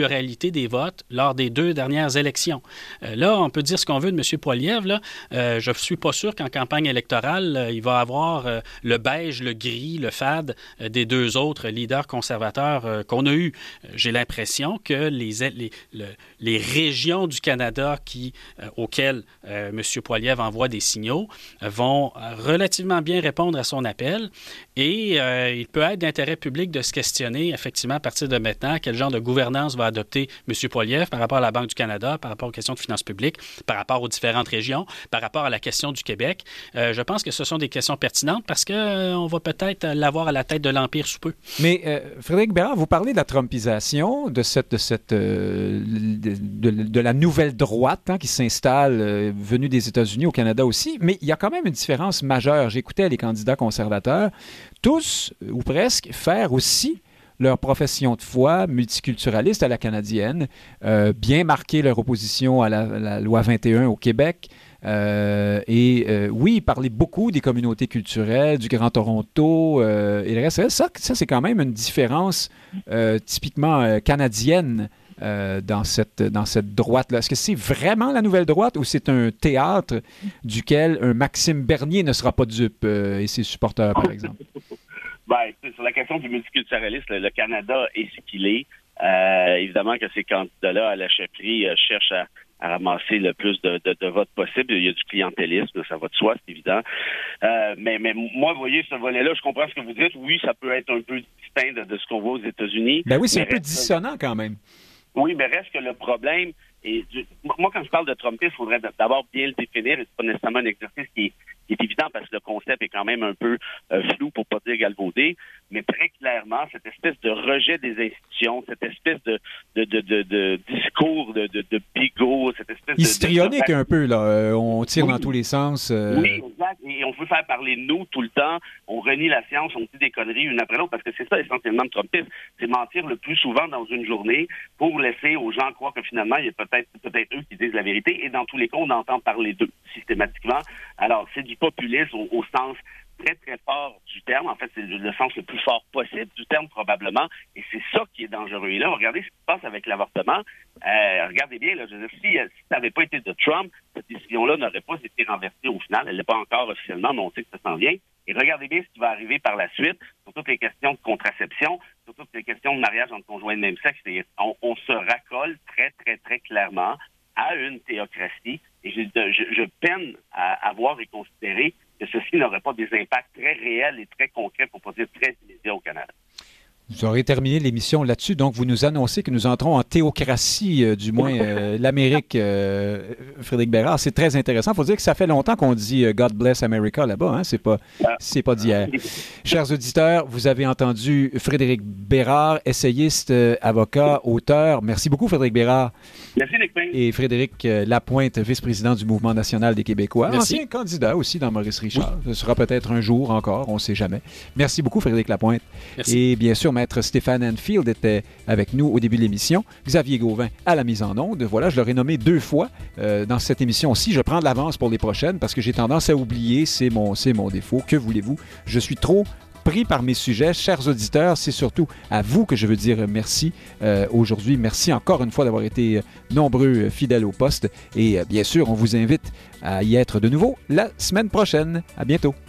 pluralité des votes lors des deux dernières élections. Euh, là, on peut dire ce qu'on veut de M. Poilievre. Là. Euh, je ne suis pas sûr qu'en campagne électorale, euh, il va avoir euh, le beige, le gris, le fade euh, des deux autres leaders conservateurs euh, qu'on a eus. Euh, j'ai l'impression que les, les, le, les régions du Canada qui, euh, auxquelles euh, M. Poilievre envoie des signaux euh, vont relativement bien répondre à son appel et euh, il peut être d'intérêt public de se questionner effectivement à partir de maintenant quel genre de gouvernance va adopter M. Poilievre par rapport à la Banque du Canada, par rapport aux questions de finances publiques, par rapport aux différentes régions, par rapport à la question du Québec. Euh, je pense que ce sont des questions pertinentes parce qu'on euh, va peut-être l'avoir à la tête de l'Empire sous peu. Mais euh, Frédéric Bérard, vous parlez de la trumpisation, de cette, de, cette, euh, de, de, de la nouvelle droite hein, qui s'installe euh, venue des États-Unis, au Canada aussi, mais il y a quand même une différence majeure. J'écoutais les candidats conservateurs, tous ou presque, faire aussi leur profession de foi multiculturaliste à la canadienne, euh, bien marquer leur opposition à la, la loi vingt et un au Québec. Euh, et euh, oui, parler beaucoup des communautés culturelles, du Grand Toronto euh, et le reste. Ça, ça c'est quand même une différence euh, typiquement euh, canadienne euh, dans cette, dans cette droite-là. Est-ce que c'est vraiment la nouvelle droite ou c'est un théâtre duquel un Maxime Bernier ne sera pas dupe euh, et ses supporters, par exemple? Ben, sur la question du multiculturalisme, le, le Canada est ce qu'il est. Euh, évidemment que ces candidats-là à la chefferie euh, cherchent à, à ramasser le plus de, de, de votes possible. Il y a du clientélisme, ça va de soi, c'est évident. Euh, mais, mais moi, vous voyez, ce volet-là, je comprends ce que vous dites. Oui, ça peut être un peu distinct de, de ce qu'on voit aux États-Unis. Ben oui, c'est mais un peu reste, dissonant quand même. Oui, mais reste que le problème... Et du, moi, quand je parle de Trumpisme, il faudrait d'abord bien le définir. C'est pas nécessairement un exercice qui est, qui est évident parce que le concept est quand même un peu euh, flou, pour pas dire galvaudé. Mais très clairement, cette espèce de rejet des institutions, cette espèce de, de, de, de, de discours de, de, de bigot, cette espèce histrionique de... un peu, là. Euh, on tire oui. dans tous les sens. Euh... Oui, exact. Et on veut faire parler de nous tout le temps. On renie la science, on dit des conneries une après l'autre parce que c'est ça essentiellement le Trumpisme. C'est mentir le plus souvent dans une journée pour laisser aux gens croire que finalement, il y a peut-être peut-être eux qui disent la vérité. Et dans tous les cas, on entend parler d'eux systématiquement. Alors, c'est du populisme au, au sens très, très fort du terme. En fait, c'est le sens le plus fort possible du terme, probablement. Et c'est ça qui est dangereux. Et là, regardez ce qui se passe avec l'avortement. Euh, regardez bien, là, je veux dire, si, si ça n'avait pas été de Trump, cette décision-là n'aurait pas été renversée au final. Elle n'est pas encore officiellement, mais on sait que ça s'en vient. Et regardez bien ce qui va arriver par la suite sur toutes les questions de contraception, sur toutes les questions de mariage entre conjoints de même sexe. On, on se racole très, très, très clairement à une théocratie. Et je, je, je peine à, à voir et considérer que ceci n'aurait pas des impacts très réels et très concrets, pour ne pas dire très immédiats au Canada. Vous aurez terminé l'émission là-dessus, donc vous nous annoncez que nous entrons en théocratie, euh, du moins euh, l'Amérique, euh, Frédéric Bérard. C'est très intéressant. Il faut dire que ça fait longtemps qu'on dit euh, « God bless America » là-bas, hein? C'est pas, c'est pas d'hier. Chers auditeurs, vous avez entendu Frédéric Bérard, essayiste, euh, avocat, auteur. Merci beaucoup, Frédéric Bérard. Merci, Nick Payne. Et Frédéric euh, Lapointe, vice-président du Mouvement national des Québécois. Merci. Ancien candidat aussi dans Maurice Richard. Oui. Ce sera peut-être un jour encore, on ne sait jamais. Merci beaucoup, Frédéric Lapointe. Merci. Et bien sûr, Maître Stéphane Enfield était avec nous au début de l'émission. Xavier Gauvin à la mise en onde. Voilà, je l'aurais nommé deux fois euh, dans cette émission-ci. Je prends de l'avance pour les prochaines parce que j'ai tendance à oublier. C'est mon, c'est mon défaut. Que voulez-vous? Je suis trop pris par mes sujets. Chers auditeurs, c'est surtout à vous que je veux dire merci euh, aujourd'hui. Merci encore une fois d'avoir été nombreux euh, fidèles au poste. Et euh, bien sûr, on vous invite à y être de nouveau la semaine prochaine. À bientôt.